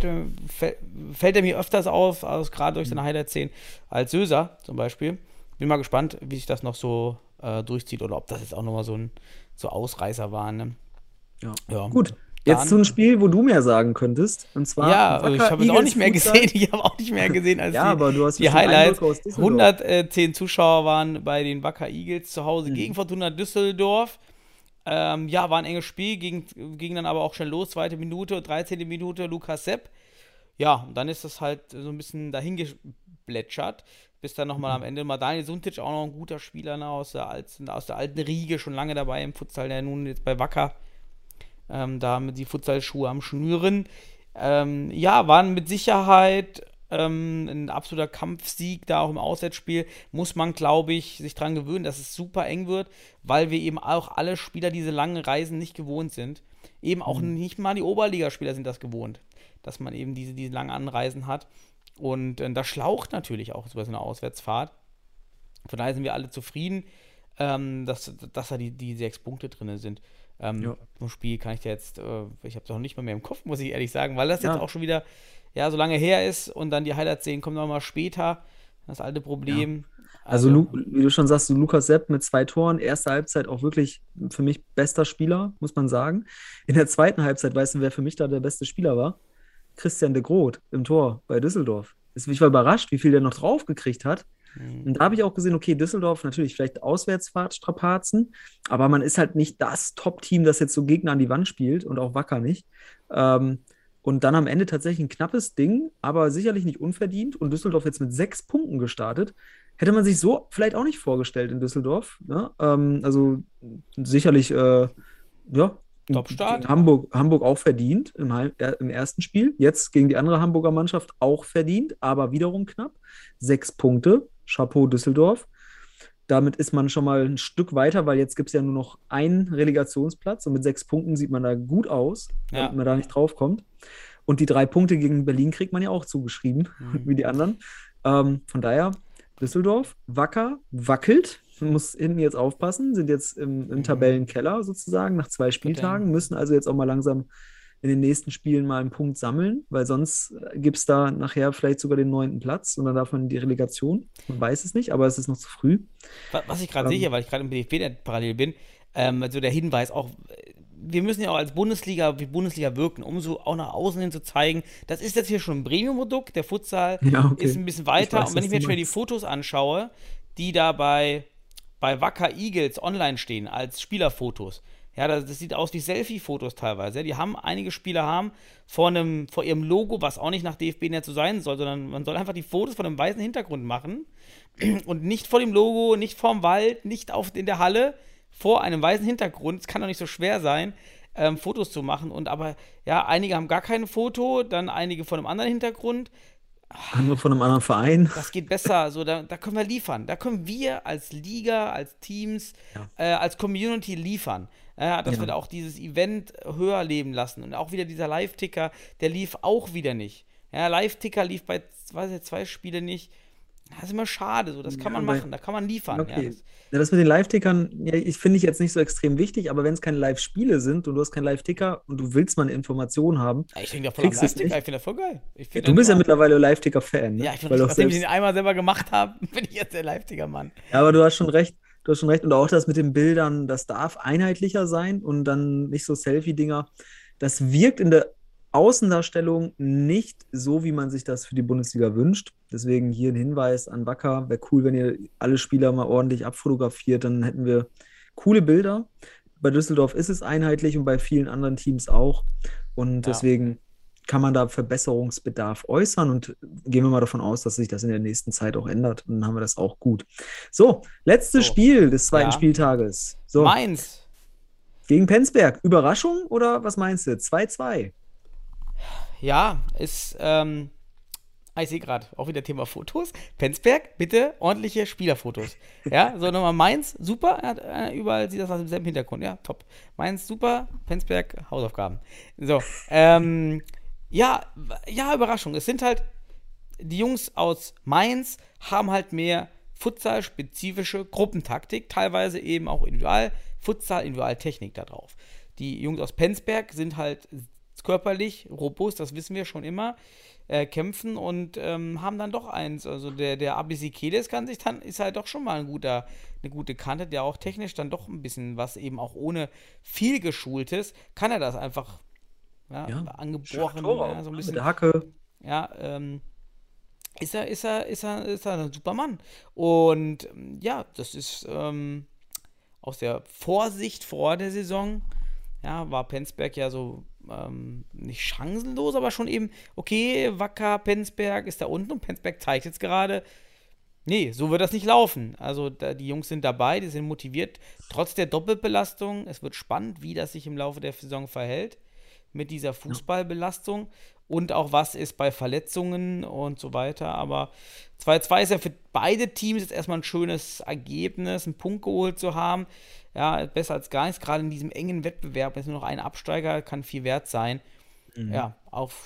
er mir öfters auf, gerade durch seine Highlight-Szenen, als Söser zum Beispiel. Bin mal gespannt, wie sich das noch so durchzieht oder ob das jetzt auch nochmal so Ausreißer waren. Ne? Ja. Gut. Jetzt zu einem Spiel, wo du mehr sagen könntest. Und zwar ich habe es auch nicht mehr gesehen. Ich habe auch nicht mehr gesehen als aber du hast die Highlights. 110 Zuschauer waren bei den Wacker Eagles zu Hause gegen Fortuna Düsseldorf. War ein enges Spiel, ging dann aber auch schnell los. 2. Minute, 13. Minute, Lukas Sepp. Ja, und dann ist das halt so ein bisschen dahin geplätschert, bis dann nochmal am Ende mal Daniel Suntic, auch noch ein guter Spieler aus der alten Riege, schon lange dabei im Futsal, der nun jetzt bei Wacker da mit die Futsalschuhe am Schnüren. Waren mit Sicherheit ein absoluter Kampfsieg da auch im Auswärtsspiel. Muss man, glaube ich, sich dran gewöhnen, dass es super eng wird, weil wir eben auch alle Spieler diese langen Reisen nicht gewohnt sind. Eben auch nicht mal die Oberligaspieler sind das gewohnt, dass man eben diese langen Anreisen hat. Und das schlaucht natürlich auch so eine Auswärtsfahrt. Von daher sind wir alle zufrieden, dass da die 6 Punkte drin sind. Vom Spiel kann ich dir jetzt, ich habe es auch nicht mal mehr im Kopf, muss ich ehrlich sagen, weil das jetzt auch schon wieder so lange her ist und dann die Highlights sehen, kommen nochmal später, das alte Problem. Also wie du schon sagst, Lukas Sepp mit 2 Toren, erste Halbzeit auch wirklich für mich bester Spieler, muss man sagen. In der zweiten Halbzeit, weißt du, wer für mich da der beste Spieler war? Christian de Groot im Tor bei Düsseldorf. Ich war überrascht, wie viel der noch drauf gekriegt hat. Und da habe ich auch gesehen, okay, Düsseldorf natürlich vielleicht Auswärtsfahrtstrapazen, aber man ist halt nicht das Top-Team, das jetzt so Gegner an die Wand spielt und auch Wacker nicht. Und dann am Ende tatsächlich ein knappes Ding, aber sicherlich nicht unverdient und Düsseldorf jetzt mit 6 Punkten gestartet. Hätte man sich so vielleicht auch nicht vorgestellt in Düsseldorf. Ne? Also sicherlich, Top-Start. Hamburg auch verdient im ersten Spiel. Jetzt gegen die andere Hamburger Mannschaft auch verdient, aber wiederum knapp. 6 Punkte. Chapeau Düsseldorf. Damit ist man schon mal ein Stück weiter, weil jetzt gibt es ja nur noch einen Relegationsplatz und mit 6 Punkten sieht man da gut aus, damit man da nicht drauf kommt. Und die 3 Punkte gegen Berlin kriegt man ja auch zugeschrieben, wie die anderen. Von daher, Düsseldorf, Wacker, wackelt. Man muss hinten jetzt aufpassen, sind jetzt im Tabellenkeller sozusagen nach 2 Spieltagen, müssen also jetzt auch mal langsam in den nächsten Spielen mal einen Punkt sammeln, weil sonst gibt es da nachher vielleicht sogar den 9. Platz und dann darf man die Relegation. Man weiß es nicht, aber es ist noch zu früh. Was ich gerade sehe, weil ich gerade im DFB parallel bin, also der Hinweis auch, wir müssen ja auch als Bundesliga wirken, um so auch nach außen hin zu zeigen, das ist jetzt hier schon ein Premium-Produkt, der Futsal ist ein bisschen weiter und wenn ich mir jetzt schon die Fotos anschaue, die da bei Wacker Eagles online stehen als Spielerfotos, das sieht aus wie Selfie-Fotos teilweise. Die einige Spieler haben vor ihrem Logo, was auch nicht nach DFB-Net so sein soll, sondern man soll einfach die Fotos von einem weißen Hintergrund machen und nicht vor dem Logo, nicht vorm Wald, nicht in der Halle, vor einem weißen Hintergrund. Es kann doch nicht so schwer sein, Fotos zu machen. Aber einige haben gar kein Foto, dann einige von einem anderen Hintergrund. Andere von einem anderen Verein. Das geht besser, so, da können wir liefern. Da können wir als Liga, als Teams, als Community liefern. Dass wir da auch dieses Event höher leben lassen. Und auch wieder dieser Live-Ticker, der lief auch wieder nicht. Live-Ticker lief bei 2 Spiele nicht. Das ist immer schade, so, das kann man machen, da kann man liefern. Okay. Das mit den Live-Tickern, ich finde ich jetzt nicht so extrem wichtig, aber wenn es keine Live-Spiele sind und du hast keinen Live-Ticker und du willst mal eine Information haben, ich finde das voll Live-Ticker, ich finde das voll geil. Du bist ja mittlerweile Live-Ticker-Fan, ne? Ja, ich finde, nachdem ich den einmal selber gemacht habe, bin ich jetzt der Live-Ticker-Mann. Ja, aber du hast schon recht. Und auch das mit den Bildern, das darf einheitlicher sein und dann nicht so Selfie-Dinger. Das wirkt in der Außendarstellung nicht so, wie man sich das für die Bundesliga wünscht. Deswegen hier ein Hinweis an Wacker. Wäre cool, wenn ihr alle Spieler mal ordentlich abfotografiert, dann hätten wir coole Bilder. Bei Düsseldorf ist es einheitlich und bei vielen anderen Teams auch. Und deswegen kann man da Verbesserungsbedarf äußern und gehen wir mal davon aus, dass sich das in der nächsten Zeit auch ändert. Und dann haben wir das auch gut. So, letztes Spiel des zweiten Spieltages. So. Mainz. Gegen Penzberg. Überraschung oder was meinst du? 2-2. Ja, ist, ich sehe gerade, auch wieder Thema Fotos. Penzberg, bitte ordentliche Spielerfotos. Ja, so nochmal Mainz, super, überall sieht das aus demselben Hintergrund, ja, top. Mainz, super, Penzberg, Hausaufgaben. So, Überraschung. Es sind halt, die Jungs aus Mainz haben halt mehr Futsal-spezifische Gruppentaktik, teilweise eben auch Futsal, Individualtechnik da drauf. Die Jungs aus Penzberg sind halt körperlich robust, das wissen wir schon immer, kämpfen und haben dann doch eins. Also der Abisikedes ist halt doch schon mal eine gute Kante, der auch technisch dann doch ein bisschen was, eben auch ohne viel Geschultes, kann er das einfach angeboren, so ein bisschen. Mit der Hacke. Ja, ist er ein super Mann. Und ja, das ist aus der Vorsicht vor der Saison, ja, war Penzberg ja so nicht chancenlos, aber schon eben, okay, Wacker, Penzberg ist da unten und Penzberg zeigt jetzt gerade, nee, so wird das nicht laufen. Also die Jungs sind dabei, die sind motiviert, trotz der Doppelbelastung. Es wird spannend, wie das sich im Laufe der Saison verhält mit dieser Fußballbelastung und auch was ist bei Verletzungen und so weiter. Aber 2-2 ist ja für beide Teams jetzt erstmal ein schönes Ergebnis, einen Punkt geholt zu haben. Ja, besser als gar nichts, gerade in diesem engen Wettbewerb. Jetzt nur noch ein Absteiger, kann viel wert sein. Ja.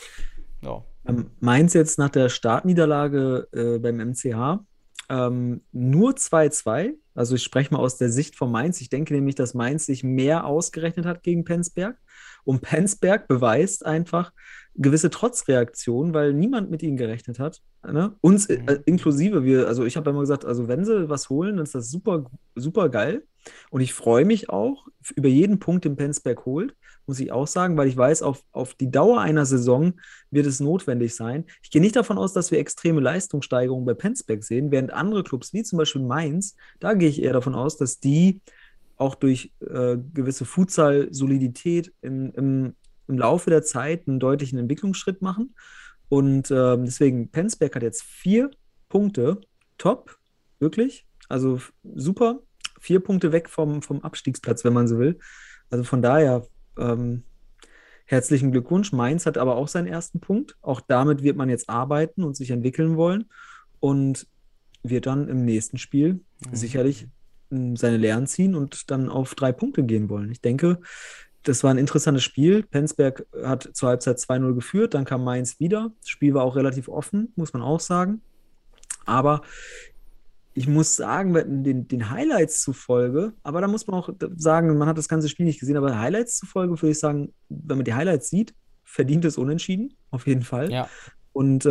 Mainz jetzt nach der Startniederlage beim MCH nur 2-2. Also ich spreche mal aus der Sicht von Mainz. Ich denke nämlich, dass Mainz sich mehr ausgerechnet hat gegen Penzberg. Und Penzberg beweist einfach gewisse Trotzreaktionen, weil niemand mit ihnen gerechnet hat. Ne? Uns inklusive. Also ich habe ja immer gesagt, also wenn sie was holen, dann ist das super, super geil. Und ich freue mich auch über jeden Punkt, den Penzberg holt, muss ich auch sagen, weil ich weiß, auf die Dauer einer Saison wird es notwendig sein. Ich gehe nicht davon aus, dass wir extreme Leistungssteigerungen bei Penzberg sehen, während andere Clubs, wie zum Beispiel Mainz, da gehe ich eher davon aus, dass die auch durch gewisse Futsal-Solidität im Laufe der Zeit einen deutlichen Entwicklungsschritt machen. Und deswegen, Penzberg hat jetzt 4 Punkte, top, wirklich, also super, 4 Punkte weg vom Abstiegsplatz, wenn man so will. Also von daher, herzlichen Glückwunsch. Mainz hat aber auch seinen ersten Punkt. Auch damit wird man jetzt arbeiten und sich entwickeln wollen und wird dann im nächsten Spiel sicherlich seine Lehren ziehen und dann auf 3 Punkte gehen wollen. Ich denke, das war ein interessantes Spiel. Penzberg hat zur Halbzeit 2-0 geführt, dann kam Mainz wieder. Das Spiel war auch relativ offen, muss man auch sagen. Aber ich muss sagen, den Highlights zufolge, aber da muss man auch sagen, man hat das ganze Spiel nicht gesehen, aber Highlights zufolge würde ich sagen, wenn man die Highlights sieht, verdient es Unentschieden, auf jeden Fall. Ja. Und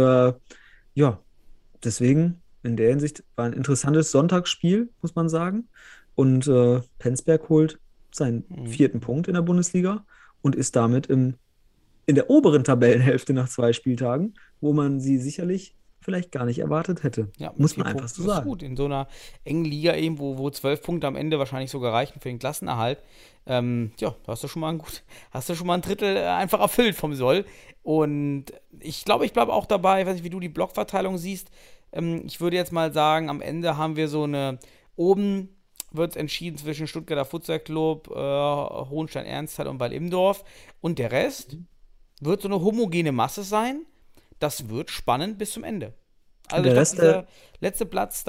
deswegen in der Hinsicht war ein interessantes Sonntagsspiel, muss man sagen. Und Penzberg holt seinen 4. Punkt in der Bundesliga und ist damit in der oberen Tabellenhälfte nach 2 Spieltagen, wo man sie sicherlich vielleicht gar nicht erwartet hätte. Ja, muss man einfach so sagen. Das ist gut. In so einer engen Liga eben, wo 12 Punkte am Ende wahrscheinlich sogar reichen für den Klassenerhalt. Da hast du schon mal ein Drittel einfach erfüllt vom Soll. Und ich glaube, ich bleibe auch dabei, ich weiß nicht, wie du die Blockverteilung siehst. Ich würde jetzt mal sagen, am Ende haben wir so oben wird es entschieden zwischen Stuttgarter Futsal Club, Hohenstein-Ernsthal und Weil-Imdorf. Und der Rest wird so eine homogene Masse sein. Das wird spannend bis zum Ende. Also der Rest, der letzte Platz,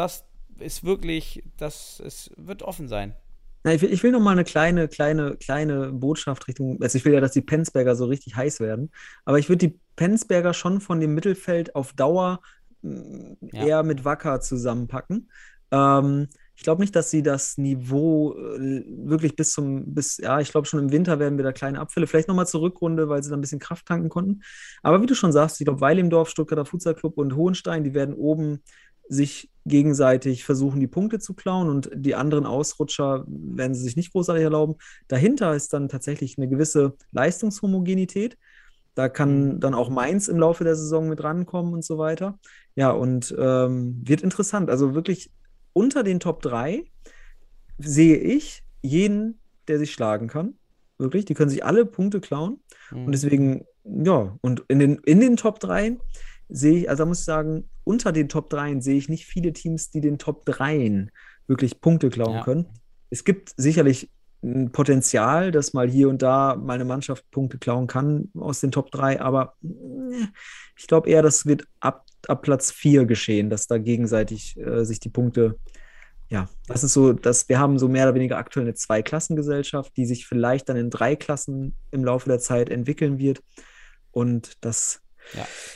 wird offen sein. Na, ich will noch mal eine kleine Botschaft Richtung, also ich will ja, dass die Penzberger so richtig heiß werden, aber ich würde die Penzberger schon von dem Mittelfeld auf Dauer eher mit Wacker zusammenpacken. Ich glaube nicht, dass sie das Niveau wirklich ich glaube schon im Winter werden wir da kleine Abfälle, vielleicht nochmal zur Rückrunde, weil sie da ein bisschen Kraft tanken konnten. Aber wie du schon sagst, ich glaube Weil-Imdorf, Stuttgarter Futsal Club und Hohenstein, die werden oben sich gegenseitig versuchen, die Punkte zu klauen und die anderen Ausrutscher werden sie sich nicht großartig erlauben. Dahinter ist dann tatsächlich eine gewisse Leistungshomogenität. Da kann dann auch Mainz im Laufe der Saison mit rankommen und so weiter. Ja, und wird interessant. Also wirklich unter den Top 3 sehe ich jeden, der sich schlagen kann. Wirklich, die können sich alle Punkte klauen. Und deswegen, ja, und in den Top 3 sehe ich, also da muss ich sagen, unter den Top 3 sehe ich nicht viele Teams, die den Top 3 wirklich Punkte klauen können. Es gibt sicherlich ein Potenzial, dass mal hier und da mal eine Mannschaft Punkte klauen kann aus den Top 3, aber ich glaube eher, das wird ab Platz 4 geschehen, dass da gegenseitig sich die Punkte, das ist so, dass wir haben so mehr oder weniger aktuell eine 2-Klassengesellschaft, die sich vielleicht dann in 3 Klassen im Laufe der Zeit entwickeln wird und das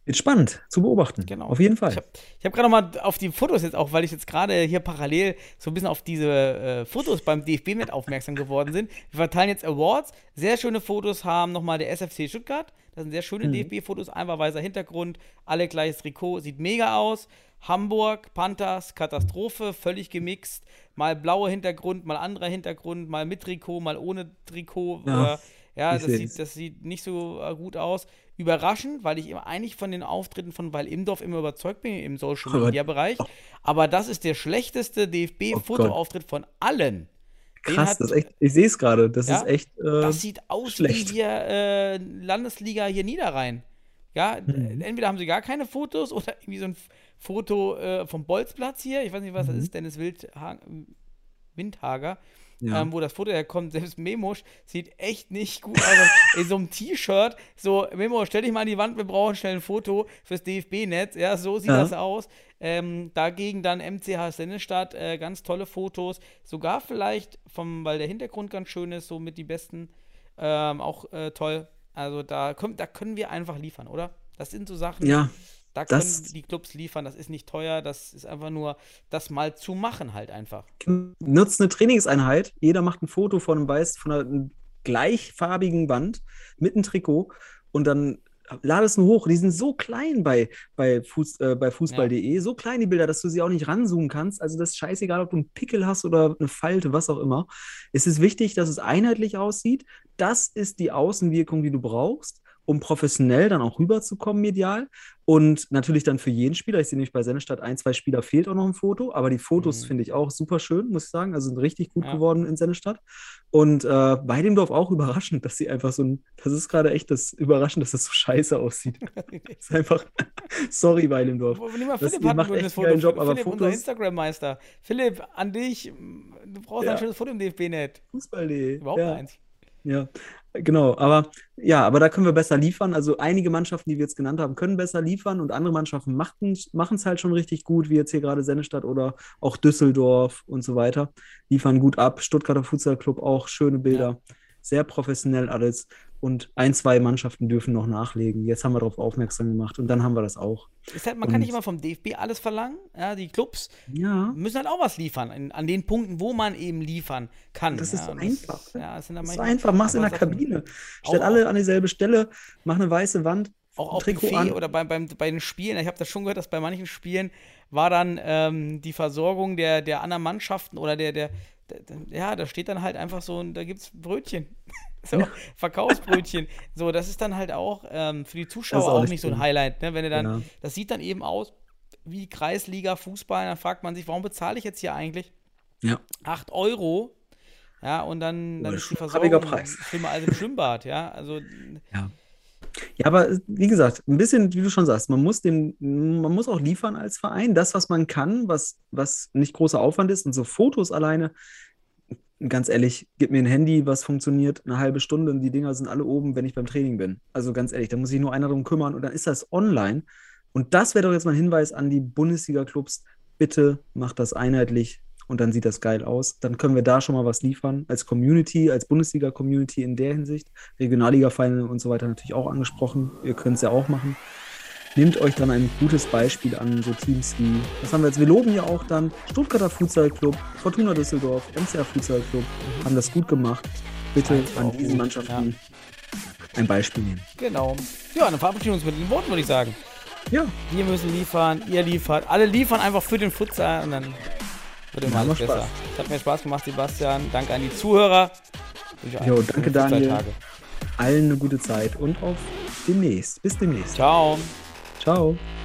Ist spannend zu beobachten. Genau. Auf jeden Fall. Ich hab gerade noch mal auf die Fotos jetzt auch, weil ich jetzt gerade hier parallel so ein bisschen auf diese Fotos beim DFB-Net aufmerksam geworden bin. Wir verteilen jetzt Awards. Sehr schöne Fotos haben nochmal der SFC Stuttgart. Das sind sehr schöne DFB-Fotos. Einfach weißer Hintergrund, alle gleiches Trikot. Sieht mega aus. Hamburg, Panthers, Katastrophe, völlig gemixt. Mal blauer Hintergrund, mal anderer Hintergrund, mal mit Trikot, mal ohne Trikot. Das sieht nicht so gut aus. Überraschend, weil ich eigentlich von den Auftritten von Weil Imdorf immer überzeugt bin im Social-Media-Bereich. Aber das ist der schlechteste DFB-Fotoauftritt von allen. Krass, das ist echt, ich sehe es gerade. Das ist echt das sieht aus schlecht. wie hier Landesliga hier Niederrhein. Ja, entweder haben sie gar keine Fotos oder irgendwie so ein Foto vom Bolzplatz hier. Ich weiß nicht, was das ist, Dennis Windhager. Ja. Wo das Foto herkommt, selbst Memosch sieht echt nicht gut aus. In so einem T-Shirt, so, Memo, stell dich mal an die Wand, wir brauchen schnell ein Foto fürs DFB-Netz. Ja, so sieht das aus. Dagegen dann MCH Sennestadt, ganz tolle Fotos. Sogar vielleicht, weil der Hintergrund ganz schön ist, so mit die besten, auch toll. Also da können wir einfach liefern, oder? Das sind so Sachen, da können die Clubs liefern, das ist nicht teuer, das ist einfach nur, das mal zu machen halt einfach. Nutzt eine Trainingseinheit, jeder macht ein Foto von einer gleichfarbigen Wand mit einem Trikot und dann lade es nur hoch. Die sind so klein bei Fußball.de, so klein die Bilder, dass du sie auch nicht ranzoomen kannst. Also das ist scheißegal, ob du einen Pickel hast oder eine Falte, was auch immer. Es ist wichtig, dass es einheitlich aussieht. Das ist die Außenwirkung, die du brauchst, um professionell dann auch rüberzukommen medial. Und natürlich dann für jeden Spieler. Ich sehe nämlich bei Sennestadt 1, 2 Spieler fehlt auch noch ein Foto, aber die Fotos finde ich auch super schön, muss ich sagen. Also sind richtig gut geworden in Sennestadt. Und bei dem Dorf auch überraschend, dass sie einfach das ist gerade echt das überraschend, dass das so scheiße aussieht. Das ist einfach, sorry, bei dem Dorf. Philipp macht echt einen geilen Job, aber Philipp, unser Instagram-Meister. Philipp, an dich, du brauchst ein schönes Foto im DFB-Net. Fußball.de. Überhaupt eins. Ja, genau, aber da können wir besser liefern. Also einige Mannschaften, die wir jetzt genannt haben, können besser liefern und andere Mannschaften machen es halt schon richtig gut, wie jetzt hier gerade Sennestadt oder auch Düsseldorf und so weiter. Liefern gut ab. Stuttgarter Futsal Club auch schöne Bilder. Sehr professionell alles. Und 1, 2 Mannschaften dürfen noch nachlegen. Jetzt haben wir darauf aufmerksam gemacht und dann haben wir das auch. Man kann nicht immer vom DFB alles verlangen. Ja, die Clubs müssen halt auch was liefern, an den Punkten, wo man eben liefern kann. Das ist so einfach. Das ist so einfach. Mach's in der Kabine. Stell alle an dieselbe Stelle, mach eine weiße Wand. Auch auf Buffet oder bei den Spielen. Ich habe das schon gehört, dass bei manchen Spielen war dann die Versorgung der anderen Mannschaften oder da steht dann halt einfach so, da gibt's Brötchen. So, Verkaufsbrötchen. So, das ist dann halt auch für die Zuschauer auch nicht so ein Highlight, ne? Wenn du dann, das sieht dann eben aus wie Kreisliga Fußball, dann fragt man sich, warum bezahle ich jetzt hier eigentlich 8 €? Ja, und dann ist die Versorgung schlimmer als im Schwimmbad, ja. Also Ja, aber wie gesagt, ein bisschen, wie du schon sagst, man muss auch liefern als Verein, das, was man kann, was nicht großer Aufwand ist und so Fotos alleine. Ganz ehrlich, gib mir ein Handy, was funktioniert, eine halbe Stunde und die Dinger sind alle oben, wenn ich beim Training bin. Also ganz ehrlich, da muss sich nur einer drum kümmern und dann ist das online. Und das wäre doch jetzt mal ein Hinweis an die Bundesliga-Clubs. Bitte macht das einheitlich und dann sieht das geil aus. Dann können wir da schon mal was liefern als Community, als Bundesliga-Community in der Hinsicht. Regionalliga-Final und so weiter natürlich auch angesprochen. Ihr könnt es ja auch machen. Nehmt euch dann ein gutes Beispiel an, so Teams wie, was haben wir jetzt? Wir loben ja auch dann Stuttgarter Futsal Club, Fortuna Düsseldorf, MCR Futsal Club, haben das gut gemacht. Bitte an diesen Mannschaften ein Beispiel nehmen. Genau. Ja, dann verabschieden wir uns mit den Worten, würde ich sagen. Ja. Wir müssen liefern, ihr liefert, alle liefern einfach für den Futsal und dann wird immer alles besser. Es hat mir Spaß gemacht, Sebastian. Danke an die Zuhörer. Jo, danke Daniel. Allen eine gute Zeit und auf demnächst. Bis demnächst. Ciao. Ciao.